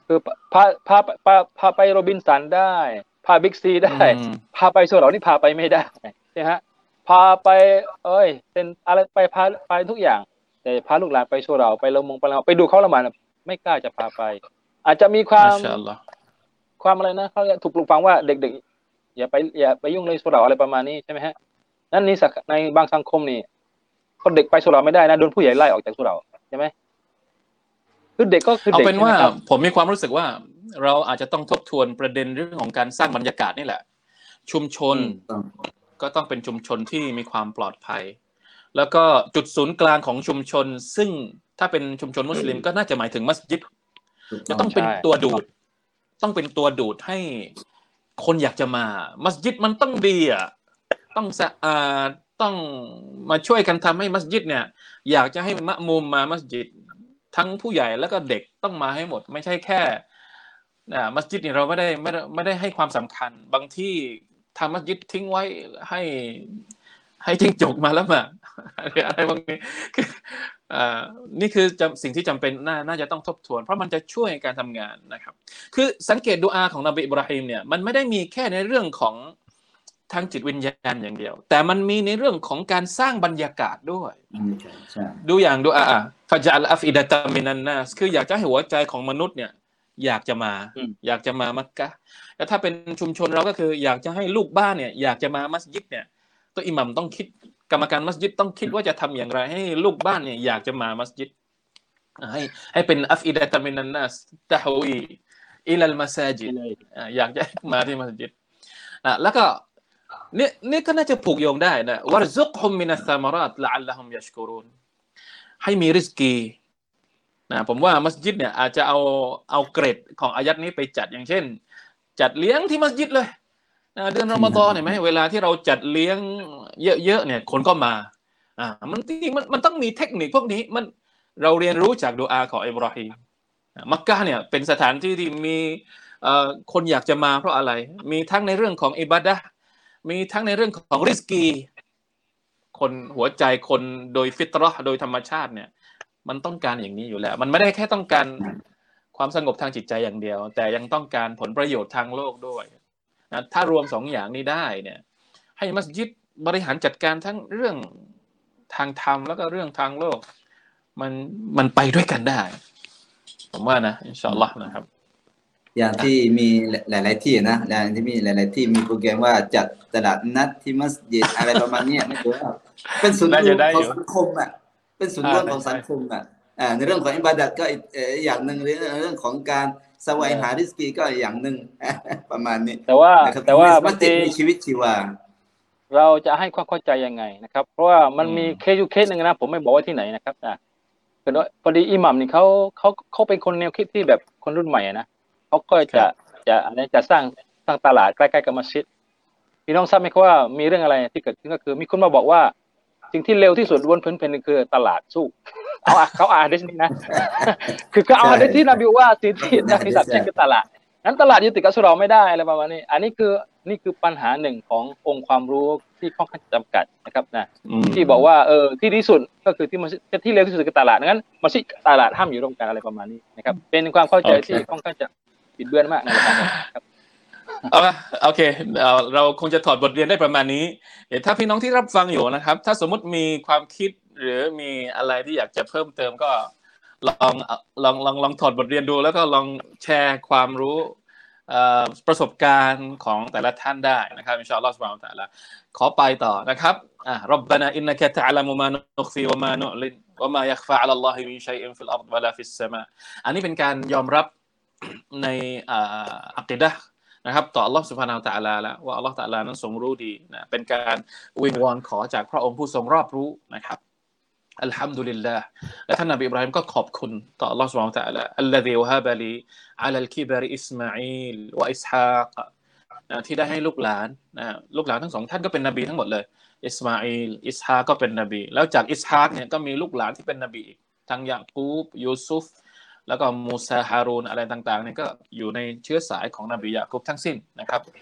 คือพาพาพาพาไปโรบินสันได้พาบิ๊กซีได้พาไปโซเรานี่พาไปไม่ได้ใช่ฮะพาไปเอ้ยเป็นอะไรไปพาไปทุกอย่างแต่พาลูกหลานไปโซเราไปละมงไปละไปดูเขาละหมาดไม่กล้าจะพาไปอาจจะมีความความอะไรนะเขาถูกปลูกฝังว่าเด็กๆอย่าไปอย่าไปยุ่งเลยโซเราอะไรประมาณนี้ใช่ไหมฮะนั่นนี่ในบางสังคมนี่คนเด็กไปโซเราไม่ได้นะโดนผู้ใหญ่ไล่ออกจากโซเราใช่ไหมคือเด็กก็คือเด็กเอาเป็นว่าผมมีความรู้สึกว่าเราอาจจะต้องทบทวนประเด็นเรื่องของการสร้างบรรยากาศนี่แหละชุมชนก็ต้องเป็นชุมชนที่มีความปลอดภัยแล้วก็จุดศูนย์กลางของชุมชนซึ่งถ้าเป็นชุมชนมุสลิมก็น่าจะหมายถึงมัสยิดจะต้องเป็นตัวดูดต้องเป็นตัวดูดให้คนอยากจะมามัสยิดมันต้องดีอ่ะต้องสะอาดต้องมาช่วยกันทำให้มัสยิดเนี่ยอยากจะให้มะมุมมามัสยิดทั้งผู้ใหญ่แล้วก็เด็กต้องมาให้หมดไม่ใช่แค่อ่ามัสยิดนี่เราไม่ได้ไม่ได้ไม่ได้ให้ความสำคัญบางที่ทำมัสยิดทิ้งไว้ให้ให้จิ้งจกมาแล้วมาอะไรบางนี้คืออ่านี่คือสิ่งที่จำเป็นน่าน่าจะต้องทบทวนเพราะมันจะช่วยการทำงานนะครับคือสังเกตดุอาของนบีอิบราฮิมเนี่ยมันไม่ได้มีแค่ในเรื่องของทางจิตวิญญาณอย่างเดียวแต่มันมีในเรื่องของการสร้างบรรยากาศด้วยดูอย่างดุอาฟะญะอัลอัฟอิดะตะมินันนัสคืออยากจะให้หัวใจของมนุษย์เนี่ยอยากจะมาอยากจะมามักกะฮ์แล้วถ้าเป็นชุมชนเราก็คืออยากจะให้ลูกบ้านเนี่ยอยากจะมามัสยิดเนี่ยตัวอิหมัมต้องคิดกรรมการมัสยิดต้องคิดว่าจะทำอย่างไรให้ลูกบ้านเนี่ยอยากจะมามัสยิดให้ให้เป็นอัฟอิดะตะมินันนัสตะฮวีอิลัลมัสยิดอยากจะมาที่มัสยิดอ่ะแล้วก็นี่นี่ก็น่าจะผูกโยงได้นะวะรซุกฮุมมินัสซามารอตละอัลละฮุมยัชกุรูนให้มีริสกีนะผมว่ามัสยิดเนี่ยอาจจะเอาเอาเกรดของอายัดนี้ไปจัดอย่างเช่นจัดเลี้ยงที่มัสยิดเลยนะเดือนรอมฎอนเห็นไหมเวลาที่เราจัดเลี้ยงเยอะๆเนี่ยคนก็มาอ่ามันมันมันต้องมีเทคนิคพวกนี้มันเราเรียนรู้จากดุอาของอิบราฮิมมักกะฮ์เนี่ยเป็นสถานที่ที่มีเอ่อคนอยากจะมาเพราะอะไรมีทั้งในเรื่องของอิบาดะห์มีทั้งในเรื่องของริสกีคนหัวใจคนโดยฟิตเราะห์โดยธรรมชาติเนี่ยมันต้องการอย่างนี้อยู่แล้วมันไม่ได้แค่ต้องการความสงบทางจิตใจอย่างเดียวแต่ยังต้องการผลประโยชน์ทางโลกด้วยนะถ้ารวมสองอย่างนี้ได้เนี่ยให้มัสยิดบริหารจัดการทั้งเรื่องทางธรรมแล้วก็เรื่องทางโลกมันมันไปด้วยกันได้ผมว่านะอินชาอัลลอฮ์นะครับอย่างที่มีหลายๆที่นะอย่างที่มีหลายๆที่มีโปรแกรมว่าจัดตลาดนัดที่มัสยิดอะไรประมาณนี้ไม่รู้ว่าเป็นศูนย์รวมของสังคมอ่ะเป็นศูนย์รวมของสังคมอ่ะอ่าในเรื่องของอิบาดะห์ก็อย่างหนึ่งในเรื่องของการแสวงหาริสกีก็อย่างหนึ่งประมาณนี้แต่ว่าแต่ว่ามัสยิดมีชีวิตชีวาเราจะให้ความเข้าใจยังไงนะครับเพราะว่ามันมีเคสอยู่เคสนึงนะผมไม่บอกว่าที่ไหนนะครับอ่ะพอดีอิหมัมนี่เขาเขาเขาเป็นคนแนวคิดที่แบบคนรุ่นใหม่นะเขาก็จะจะอะไรจะสร้างสร้างตลาดใกล้ๆกับมัสยิดพี่น้องทราบไหมครับว่ามีเรื่องอะไรที่เกิดขึ้นก็คือมีคนมาบอกว่าสิ่งที่เร็วที่สุดบนพื้นแผ่นดินคือตลาดสู้เอาเขาอ่านได้นี่นะคือเขาเอาได้ที่นบีว่าสิ่งที่นบีสัตย์แจ้งคือตลาดนั้นตลาดยึดติดกับสุเราไม่ได้อะไรประมาณนี้อันนี้คือนี่คือปัญหาหนึ่งขององค์ความรู้ที่ค่อนข้างจำกัดนะครับนะที่บอกว่าเออที่ที่สุดก็คือที่มัสยิดที่เร็วที่สุดคือตลาดงั้นมัสยิดตลาดห้ามอยู่ร่วมกันอะไรประมาณนี้นะครับเป็นความเข้าใจที่ค่อนข้างจะบิดเบือนมากนะครับเอาละโอเคเราคงจะถอดบทเรียนได้ประมาณนี้เดี๋ยวถ้าพี่น้องที่รับฟังอยู่นะครับถ้าสมมุติมีความคิดหรือมีอะไรที่อยากจะเพิ่มเติมก็ลองลองลองลองถอดบทเรียนดูแล้วก็ลองแชร์ความรู้ประสบการณ์ของแต่ละท่านได้นะครับอินชาอัลลอฮฺซุบฮานะฮูวะตะอาลาขอไปต่อนะครับอ่ะร็อบบานาอินนะกะตะอ์ละมุมานุคฟีวะมานุอลินวะมายัคฟะอะลัลลอฮิมินชัยอินฟิลอัรฎวะลาฟิสสมาอันนี้เป็นการยอมรับในอ่าอะกีดะห์นะครับต่ออัลเลาะห์ซุบฮานะฮูวะตะอาลาแล้วว่าอัลเลาะห์ตะอาลานั้นทรงรู้ดีนะเป็นการวิงวอนขอจากพระองค์ผู้ทรงรอบรู้นะครับอัลฮัมดุลิลลาห์และท่านนบีอิบราฮิมก็ขอบคุณต่ออัลเลาะห์ซุบฮานะฮูวะตะอาลาอัลลซีวะฮะบะลีอะลัลกิบรอิสมาอีลวะอิสฮากนะที่ได้ให้ลูกหลานนะลูกหลานทั้งสองท่านก็เป็นนบีทั้งหมดเลยอิสมาอีลอิสฮากก็เป็นนบีแล้วจากอิสฮากเนี่ยก็มีลูกหลานที่เป็นนบีอีกทั้งยะกูบยูซุฟแล้วก็มูซาฮารูนอะไรต่างๆเนี่ยก็อยู่ในเชื้อสายของนบียะกุบทั้งสิ้นนะครับ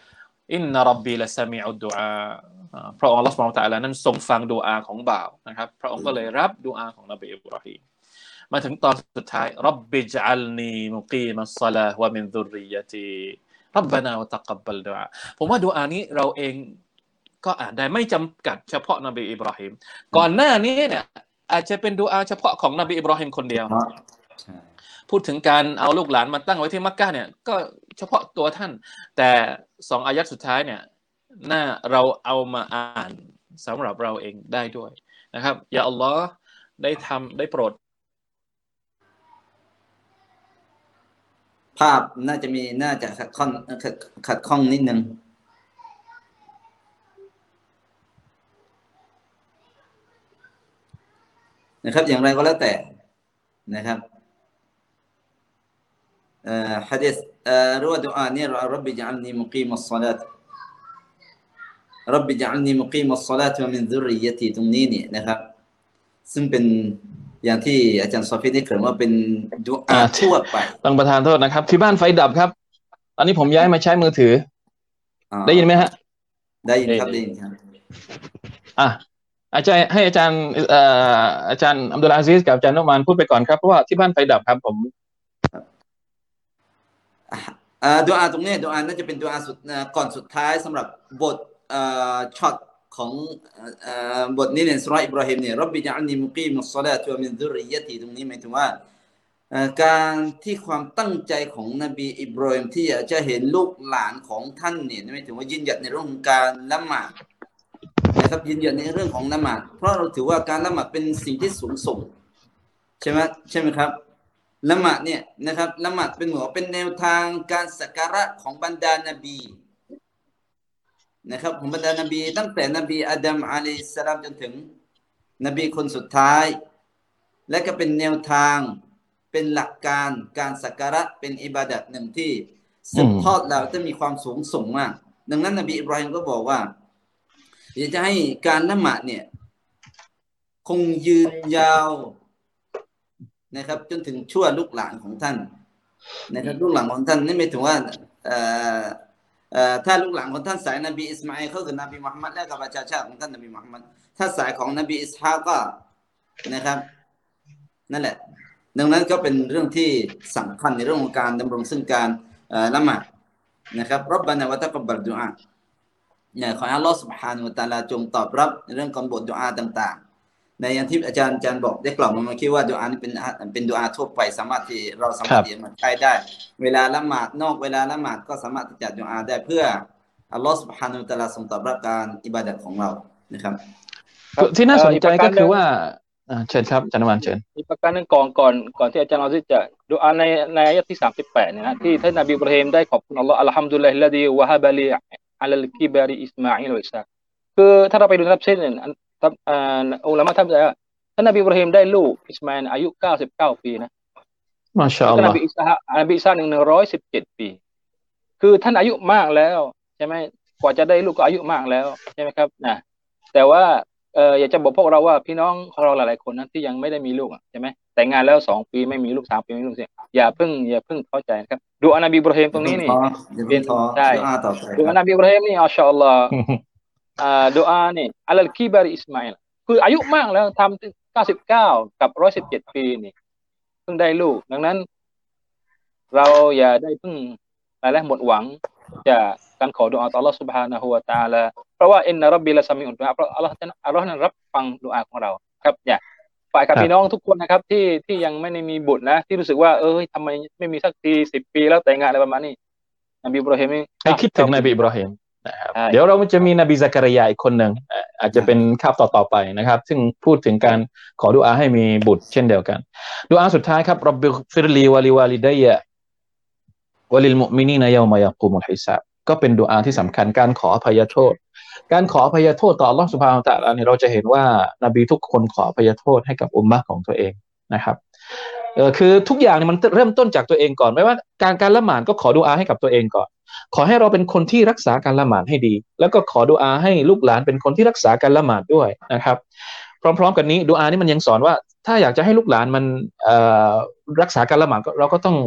อินนะร็อบบีละซะมีอุดดุอาพระองค์อัลเลาะห์ซุบฮานะฮูวะตะอาลานั้นทรงฟังดุอาของบ่าวนะครับพระองค์ก็เลยรับดุอาของนบีอิบราฮิมมาถึงตอนสุดท้ายร็อบบิญอัลนีมุกีมัสศอลาฮ์วะมินซุรริยะตีร็อบบะนาวะตักับบะลดุอาผมว่าดุอานี้เราเองก็อ่านได้ไม่จำกัดเฉพาะนบีอิบราฮิมก่อนหน้านี้เนี่ยอาจจะเป็นดุอาเฉพาะของนบีอิบราฮิมคนเดียวพูดถึงการเอาลูกหลานมาตั้งไว้ที่มักกะฮ์เนี่ยก็เฉพาะตัวท่านแต่สองอายะห์สุดท้ายเนี่ยน่าเราเอามาอ่านสำหรับเราเองได้ด้วยนะครับยาอัลลอฮ์ได้ทำได้โปรดภาพน่าจะมีน่าจะขัดข้องขัดข้องนิดนึงนะครับอย่างไรก็แล้วแต่นะครับเอ่อหะดีษเอ่อหรือว่าดุอาเนี่ยร็อบบิญอัลนีมุกีมัสศอลาตร็อบบิญอัลนีมุกีมัสศอลาตวะมินซุรริยะตีตรงนี้เนี่ยนะครับซึ่งเป็นอย่างที่อาจารย์ซอฟีได้เกริ่นว่าเป็นดุอาทั่วไปต้องประทานโทษนะครับที่บ้านไฟดับครับตอนนี้ผมย้ายมาใช้มือถือได้ยินไหมฮะได้ยินครับได้ยินครับอ่ะอาจารย์ให้อาจารย์เอ่ออาจารย์อัมดุลอาซิซกับอาจารย์นุมานพูดไปก่อนครับเพราะว่าที่บ้านไฟดับครับผมอ่าดุอาตรงนี้ดุอาน่าจะเป็นดุอาสุดก่อนสุดท้ายสำหรับบทเอ่อช็อตของเอ่อบทนี้ในสุเราะห์อิบราฮิมเนี่ยร็อบบิญอัลนีมุกีมัสศอลาตวะมินซุรริยะตีตรงนี้หมายถึงว่าการที่ความตั้งใจของนบีอิบราฮิมที่อยากจะเห็นลูกหลานของท่านเนี่ยหมายถึงว่ายืนหยัดในเรื่องของการละหมาดนะครับยืนหยัดในเรื่องของละหมาดเพราะเราถือว่าการละหมาดเป็นสิ่งที่สูงส่งใช่ไหมใช่ไหมครับละหมาดเนี่ยนะครับละหมาดเป็นหัวเป็นแนวทางการสักการะของบรรดานบีนะครับของบรรดานบีตั้งแต่นบีอาดัมอะลัยฮิสสลามจนถึงนบีคนสุดท้ายและก็เป็นแนวทางเป็นหลักการการสักการะเป็นอิบาดะห์หนึ่งที่สืบทอดแล้วจะมีความสูงส่งมากดังนั้นนบีอิบราฮิมก็บอกว่าอยากจะให้การละหมาดเนี่ยคงยืนยาวนะครับจนถึงชั่วลูกหลานของท่านนะครับลูกหลานของท่านนี่หมายถึงว่าเอ่อเอ่อถ้าลูกหลานของท่านสายนบีอิสมาอีลก็คือนบีมุฮัมมัดและกับประชาชาติของท่านนบีมุฮัมมัดถ้าสายของนบีอิสฮากก็นะครับนั่นแหละดังนั้นก็เป็นเรื่องที่สำคัญในเรื่องของการดำรงซึ่งการละหมาดนะครับร็อบบะนาวะตักับบะลดุอาเนี่ยขอให้อัลเลาะห์ซุบฮานะฮูวะตะอาลาจงตอบรับในเรื่องของบทดุอาต่างๆในอย่างที่อาจารย์อาจารย์บอกได้กล่าวมาเมื่อกี้ว่าดุอานี่เป็นเป็นดุอาทั่วไปสามารถที่เราสามารถที่จะใช้ได้เวลาละหมาดนอกเวลาละหมาดก็สามารถที่จะดุอาได้เพื่ออัลเลาะห์ซุบฮานะฮูวะตะอาลาทรงตอบรับการอิบาดะห์ของเรานะครับที่น่าสนใจก็คือว่าเชิญครับอาจารย์นุมานเชิญอีกประการนึงก่อนก่อนก่อนที่อาจารย์อาซิซจะดุอาในในอายะห์ที่สามสิบแปดเนี่ยนะที่ท่านนบีอิบราฮิมได้ขอบคุณอัลเลาะห์อัลฮัมดุลิลลาฮิลลซีวะฮะบะลีอะลัลกิบาริอิสมาอีลวะอิสฮากคือถ้าเราไปดูทัฟซีรเนี่ยอ่าอุลามะท่านบอกว่าท่านนบีอิบราฮิมได้ลูกอิสมาอีลอายุเก้าสิบเก้าปีนะมาชาอัลลอฮ์นบีอิสฮากนบีอิสฮากหนึ่งร้อยสิบเจ็ดปีคือท่านอายุมากแล้วใช่ไหมกว่าจะได้ลูกก็อายุมากแล้วใช่ไหมครับนะแต่ว่าเอออยากจะบอกพวกเราว่าพี่น้องของเราหลายๆคนนั้นที่ยังไม่ได้มีลูกใช่ไหมแต่งงานแล้วสองปีไม่มีลูกสามปีไม่มีลูกเนี่ยอย่าเพิ่งอย่าเพิ่งเข้าใจนะครับดูอานาบีอิบราฮิมตรงนี้นี่เป็นใช่ดูอานาบีอิบราฮิมนี่อัลลอฮฺอัลลอฮฺอ่าดูอานี่อัลลกีบาริอิสมาอิลคืออายุมากแล้วทำเก้าสิบเก้ากับร้อยสิบเจ็ดปีนี่เพิ่งได้ลูกดังนั้นเราอย่าได้เพิ่งอะไรหมดหวังจากการขอดุอาต่ออัลเลาะห์ซุบฮานะฮูวะตะอาลาเพราะว่าอินนะร็อบบิละซะมีอุดดุอาเพราะอัลเลาะห์อัลเลาะห์นั้นรับฟังดุอาของเราครับเนี่ยฝ่ายกับพี่น้องทุกคนนะครับที่ที่ยังไม่ได้มีบุตรนะที่รู้สึกว่าเอ้ยทำไมไม่มีสักทีสิบปีแล้วแต่งงานอะไรประมาณนี้นบีอิบราฮิมให้คิดถึงนบีอิบราฮิมนะครับเดี๋ยวเราจะมีนบีซักริยาอีกคนหนึ่งอาจจะเป็นคาบต่อๆไปนะครับซึ่งพูดถึงการขอดุอาให้มีบุตรเช่นเดียวกันดุอาสุดท้ายครับร็อบบิฆฟิรลีวะลิวาลิดัยยะวะลิลมุอ์มินีนยอมะยะกูมุลฮิซาบก็เป็นดุอาที่สำคัญการขออภัยโทษการขออภัยโทษต่ออัลเลาะห์ซุบฮานะฮูวะตะอาลาเนี่ยเราจะเห็นว่านบีทุกคนขออภัยโทษให้กับอุมมะห์ของตัวเองนะครับเออคือทุกอย่างเนี่ยมันเริ่มต้นจากตัวเองก่อนไม่ว่าการการละหมาดก็ขอดุอาให้กับตัวเองก่อนขอให้เราเป็นคนที่รักษาการละหมาดให้ดีแล้วก็ขอดุอาให้ลูกหลานเป็นคนที่รักษาการละหมาดด้วยนะครับพร้อมๆกันนี้ดุอานี่มันยังสอนว่าถ้าอยากจะให้ลูกหลานมันเอ่อรักษาการละหมาดเราก็ต้อง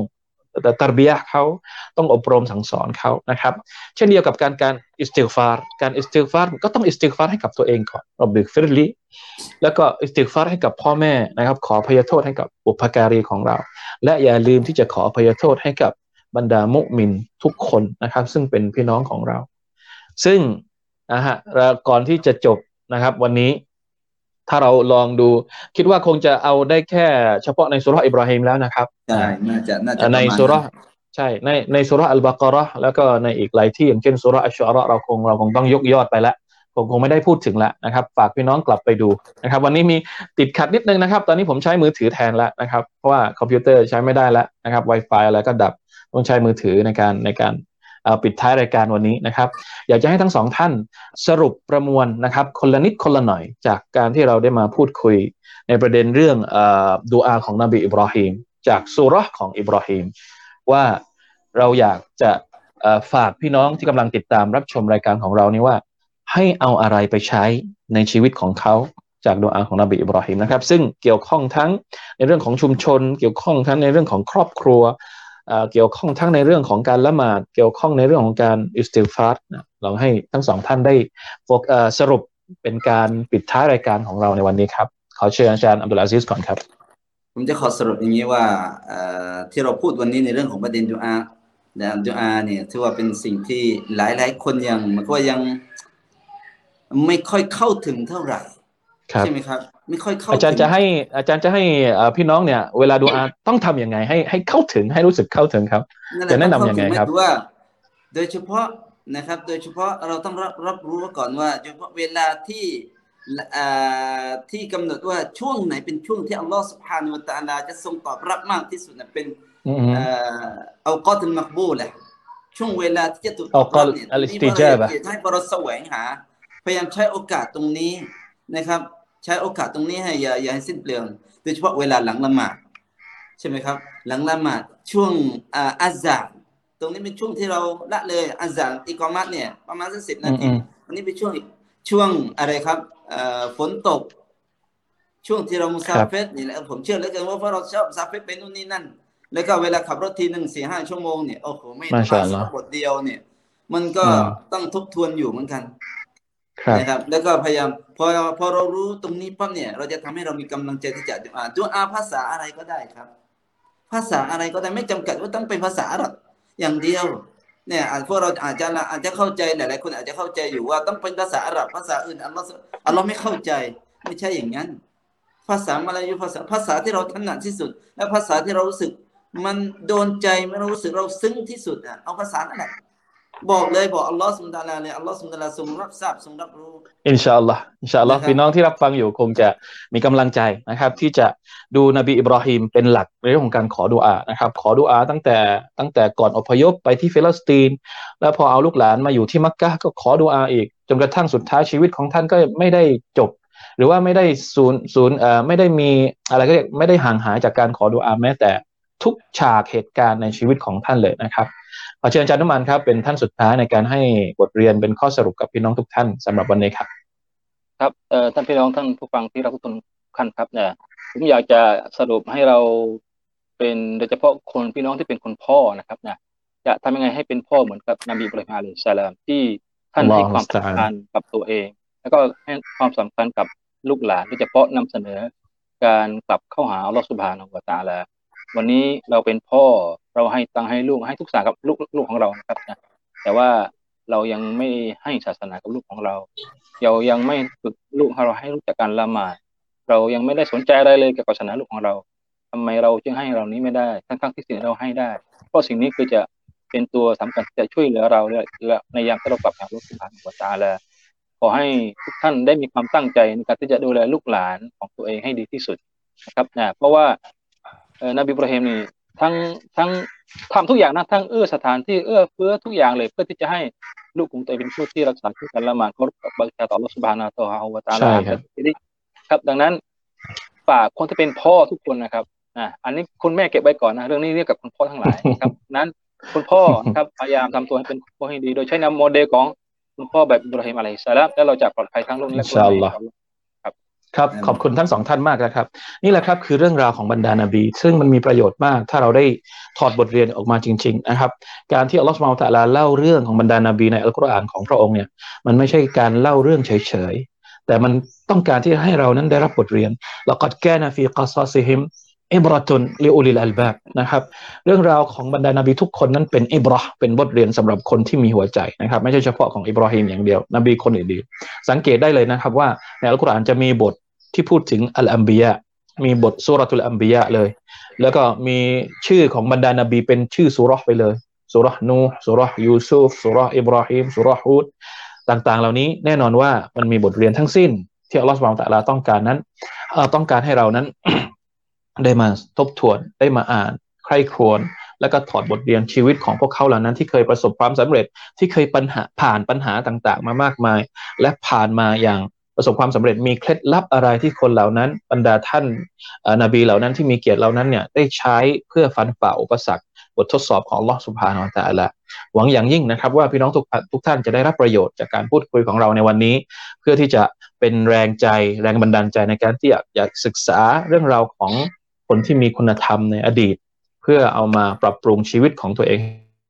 ตารบียะห์เขาต้องอบรมสั่งสอนเขานะครับเช่นเดียวกับการการอิสติฆฟารการอิสติฆฟารก็ต้องอิสติฆฟารให้กับตัวเองก่อนรอบบิกฟิรลิแล้วก็อิสติฆฟารให้กับพ่อแม่นะครับขออภัยโทษให้กับบุพการีของเราและอย่าลืมที่จะขออภัยโทษให้กับบรรดามุมินทุกคนนะครับซึ่งเป็นพี่น้องของเราซึ่งนะฮะก่อนที่จะจบนะครับวันนี้ถ้าเราลองดูคิดว่าคงจะเอาได้แค่เฉพาะในซูเราะห์อิบราฮิมแล้วนะครับใช่น่าจะน่าจะในซูเราะห์ใช่ในในซูเราะห์อัลบะเกาะห์แล้วก็ในอีกหลายที่อย่างเช่นซูเราะห์อัชชุอาเราะห์เราคงเราคงต้องยกยอดไปแล้วคงคงไม่ได้พูดถึงแล้วนะครับฝากพี่น้องกลับไปดูนะครับวันนี้มีติดขัดนิดนึงนะครับตอนนี้ผมใช้มือถือแทนแล้วนะครับเพราะว่าคอมพิวเตอร์ใช้ไม่ได้แล้วนะครับ Wi-Fi อะไรก็ดับต้องใช้มือถือในการในการปิดท้ายรายการวันนี้นะครับอยากจะให้ทั้งสองท่านสรุปประมวลนะครับคนละนิดคนละหน่อยจากการที่เราได้มาพูดคุยในประเด็นเรื่องดุอาของนบีอิบราฮิมจากซูเราะห์ของอิบราฮิมว่าเราอยากจะฝากพี่น้องที่กำลังติดตามรับชมรายการของเรานี่ว่าให้เอาอะไรไปใช้ในชีวิตของเขาจากดุอาของนบีอิบราฮิมนะครับซึ่งเกี่ยวข้องทั้งในเรื่องของชุมชนเกี่ยวข้องทั้งในเรื่องของครอบครัวเกี่ยวข้องทั้งในเรื่องของการละหมาดเกี่ยวข้องในเรื่องของการอิสติฆฟารนะลองให้ทั้งสองท่านได้สรุปเป็นการปิดท้ายรายการของเราในวันนี้ครับขอเชิญอาจารย์อับดุลอาซิซก่อนครับผมจะขอสรุปอย่างนี้ว่าที่เราพูดวันนี้ในเรื่องของประเด็นดุอาแต่ดุอาเนี่ยถือว่าเป็นสิ่งที่หลายๆคนยังมันก็ยังไม่ค่อยเข้าถึงเท่าไหร่ใช่ไหมครับไม่ค่อยเข้าอาจารย์จะให้อาจารย์จะให้พี่น้องเนี่ยเวลาดุอาต้องทำยังไงให้ให้เข้าถึงให้รู้สึกเข้าถึงครับจะแนะนำยังไงครับว่าโดยเฉพาะนะครับโดยเฉพาะเราต้องรับรับรู้ก่อนว่าโดยเฉพาะเวลาที่ที่กำหนดว่าช่วงไหนเป็นช่วงที่อัลลอฮฺซุบฮานะฮูวะตะอาลาจะทรงตอบรับมากที่สุดเป็นเอากอตุลมักบูละช่วงเวลาที่จะถูกตอบรับเนี่ยที่เราให้เราแสวงหาพยายามใช้โอกาสตรงนี้นะครับใช้โอกาสตรงนี้ให้อย่าอย่าให้สิ้นเปลืองโดยเฉพาะเวลาหลังละหมาดใช่ไหมครับหลังละหมาดช่วงอาซานตรงนี้เป็นช่วงที่เราละเลยอาซานอิกอมัตเนี่ยประมาณสักสิบนาทีอันนี้เป็นช่วงช่วงอะไรครับฝนตกช่วงที่เรามุซาเฟรนี่แหละผมเชื่อเหลือเกินว่าเพราะเราชอบมุซาเฟรไปนู่นนี่นั่นแล้วก็เวลาขับรถทีหนึ่งสี่ห้าชั่วโมงเนี่ยโอ้โหไม่ได้ขับรถเดียวเนี่ยมันก็ต้องทบทวนอยู่เหมือนกันนะครับแล้วก็พยายามพอพอเรารู้ตรงนี้ปั๊บเนี่ยเราจะทำให้เรามีกำลังใจที่จะดุอาดุอาภาษาอะไรก็ได้ครับภาษาอะไรก็ได้ไม่จำกัดว่าต้องเป็นภาษาอาหรับอย่างเดียวเนี่ยพวกเราอาจจะอาจจะเข้าใจหลายๆคนอาจจะเข้าใจอยู่ว่าต้องเป็นภาษาอาหรับภาษาอื่นอัลลอฮ์อัลลอฮ์ไม่เข้าใจไม่ใช่อย่างนั้นภาษามาลายูภาษาภาษาที่เราถนัดที่สุดและภาษาที่เรารู้สึกมันโดนใจมันเรารู้สึกเราซึ้งที่สุดอ่ะเอาภาษานั่นแหละบอกเลยบอกอัลลอฮ์ซุบฮานะฮูวะตะอาลาเนี่ยอัลลอฮ์ซุบฮานะฮูวะตะอาลาทรงรับทราบทรงรับรู้อินชาอัลลอฮ์อินชาอัลลอฮ์พี่น้องที่รับฟังอยู่คงจะมีกำลังใจนะครับที่จะดูนบีอิบราฮิมเป็นหลักในเรื่องของการขอดุอานะครับขอดุอาตั้งแต่ตั้งแต่ก่อนอพยพไปที่ฟิลิสตินแล้วพอเอาลูกหลานมาอยู่ที่มักกะฮ์ก็ขอดุอาอีกจนกระทั่งสุดท้ายชีวิตของท่านก็ไม่ได้จบหรือว่าไม่ได้ศูนย์ศูนย์เอ่อไม่ได้มีอะไรก็เรียกไม่ได้ห่างหายจากการขอดุอาแม้แต่ทุกฉากเหตุการณ์ในชีวิตของท่านเลยนะครับขอเชิญอาจารย์นุมันครับเป็นท่านสุดท้ายในการให้บทเรียนเป็นข้อสรุปกับพี่น้องทุกท่านสำหรับวันนี้ครับครับเอ่อท่านพี่น้องท่านผู้ฟังที่รักทุกท่านครับเนี่ยผมอยากจะสรุปให้เราเป็นโดยเฉพาะคนพี่น้องที่เป็นคนพ่อนะครับนะจะทำยังไงให้เป็นพ่อเหมือนกับนบีอิบราฮิมอะลัยฮิสสลามที่ท่านให้ความสำคัญกับตัวเองแล้วก็ให้ความสำคัญกับลูกหลานโดยเฉพาะนำเสนอการกลับเข้าหาอัลลอฮฺซุบฮานะฮูวะตะอาลาวันนี้เราเป็นพ่อเราให้ตังให้ลูกให้ทุกอย่างกับลูกลูกของเรานะครับนะแต่ว่าเรายังไม่ให้ศาสนากับลูกของเราเรายังไม่ฝึกลูกของเราให้รู้จักการละหมาดเรายังไม่ได้สนใจอะไรเลยเกี่ยวกับศาสนาลูกของเราทำไมเราจึงให้เรานี้ไม่ได้ทั้งๆที่สิ่งเราให้ได้เพราะสิ่งนี้คือจะเป็นตัวสำคัญจะช่วยเหลือเราในยามที่เรากลับหาอัลเลาะห์ซุบฮานะฮูวะตะอาลาขอให้ทุกท่านได้มีความตั้งใจในการที่จะดูแลลูกหลานของตัวเองให้ดีที่สุดนะครับนะเพราะว่านบีอิบราฮิมนี่ทั้งทั้งทำทุกอย่างนะทั้งเอื้อสถานที่เอื้อเฟื้อทุกอย่างเลยเพื่อที่จะให้ลูกของตัวเองเป็นผู้ที่รักษาคือการละหมาดเคารพบังคับต่ออัลเลาะห์ซุบฮานะฮูวะตะอาลาครับดังนั้นฝากคนที่เป็นพ่อทุกคนนะครับอ่าอันนี้คุณแม่เก็บไว้ก่อนนะเรื่องนี้เรียกกับคุณพ่อทั้งหลายครับนั้นคุณพ่อนะครับพยายามทำตัวให้เป็นพ่อให้ดีโดยใช้นำโมเดลของคุณพ่อแบบอิบราฮิมอะลัยฮิสสลามแล้วเราจะปลอดภัยทั้งโลกและโลกครับครับขอบคุณทั้งสองท่านมากนะครับนี่แหละครับคือเรื่องราวของบรรดานบีซึ่งมันมีประโยชน์มากถ้าเราได้ถอดบทเรียนออกมาจริงๆนะครับการที่อัลลอฮฺซุบฮานะฮูวะตะอาลาเล่าเรื่องของบรรดานบีในอัลกุรอานของพระองค์เนี่ยมันไม่ใช่การเล่าเรื่องเฉยๆแต่มันต้องการที่ให้เรานั้นได้รับบทเรียนละกัดกานะฟีกัศอซิฮิมอิบรอตุนลิอุลิลอัลบาบนะครับเรื่องราวของบรรดานบีทุกคนนั้นเป็นอิบรอเป็นบทเรียนสำหรับคนที่มีหัวใจนะครับไม่ใช่เฉพาะของอิบราฮิมอย่างเดียวนบีคนอื่นๆสังเกตได้เลยนะครับว่าในอัลกุรอานจะมีบทที่พูดถึงอัลอัมบิยะมีบทซูเราะตุลอัมบิยะเลยแล้วก็มีชื่อของบรรดานบีเป็นชื่อซูเราะห์ไปเลยซูเราะห์นูห์ซูเราะห์ยูซุฟซูเราะห์อิบราฮิมซูเราะห์ฮูดต่างๆเหล่านี้แน่นอนว่ามันมีบทเรียนทั้งสิ้นที่อัลเลาะห์ซุบฮานะฮูวะตะอาลาต้องการนั้นเอ่อต้องการให้เรานั้น ได้มาทบทวนได้มาอ่านใคร่ครวญแล้วก็ถอดบทเรียนชีวิตของพวกเขาเหล่านั้นที่เคยประสบความสำเร็จที่เคยปัญหาผ่านปัญหาต่างๆมามากมายและผ่านมาอย่างประสบความสำเร็จมีเคล็ดลับอะไรที่คนเหล่านั้นบรรดาท่านนบีเหล่านั้นที่มีเกียรติเหล่านั้นเนี่ยได้ใช้เพื่อฟันฝ่าอุปสรรคบททดสอบของอัลเลาะห์ซุบฮานะฮูวะตะอาลาหวังอย่างยิ่งนะครับว่าพี่น้องทุกทุกท่านจะได้รับประโยชน์จากการพูดคุยของเราในวันนี้เพื่อที่จะเป็นแรงใจแรงบันดาลใจในการที่อยากศึกษาเรื่องราวของคนที่มีคุณธรรมในอดีตเพื่อเอามาปรับปรุงชีวิตของตัวเอง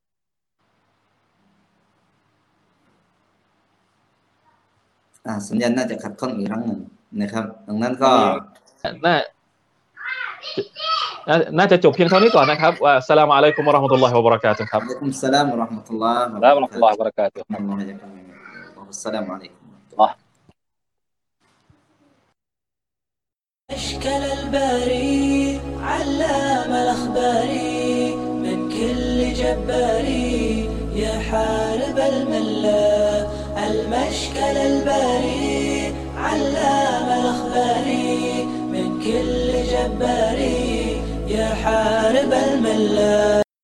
อ่าสัญญาณน่าจะขัดข้องอีกครั้งหนึ่งนะครับดังนั้นก็น่าน่าจะจบเพียงเท่านี้ก่อนนะครับว่าอัสสลามุอะลัยกุมวะเราะห์มะตุลลอฮิวะบะเราะกาตุฮ์ครับอะลัยกุมสสลามวะเราะห์มะตุลลอฮิวะบะเราะกาตุฮ์อัลลอฮุยักมินอัสสลามุอะลัยกุม أشكال الباري علام الأخباري من كل جباري يا حارب الملا المشكل الباري علام الأخباري من كل جباري يا حارب الملا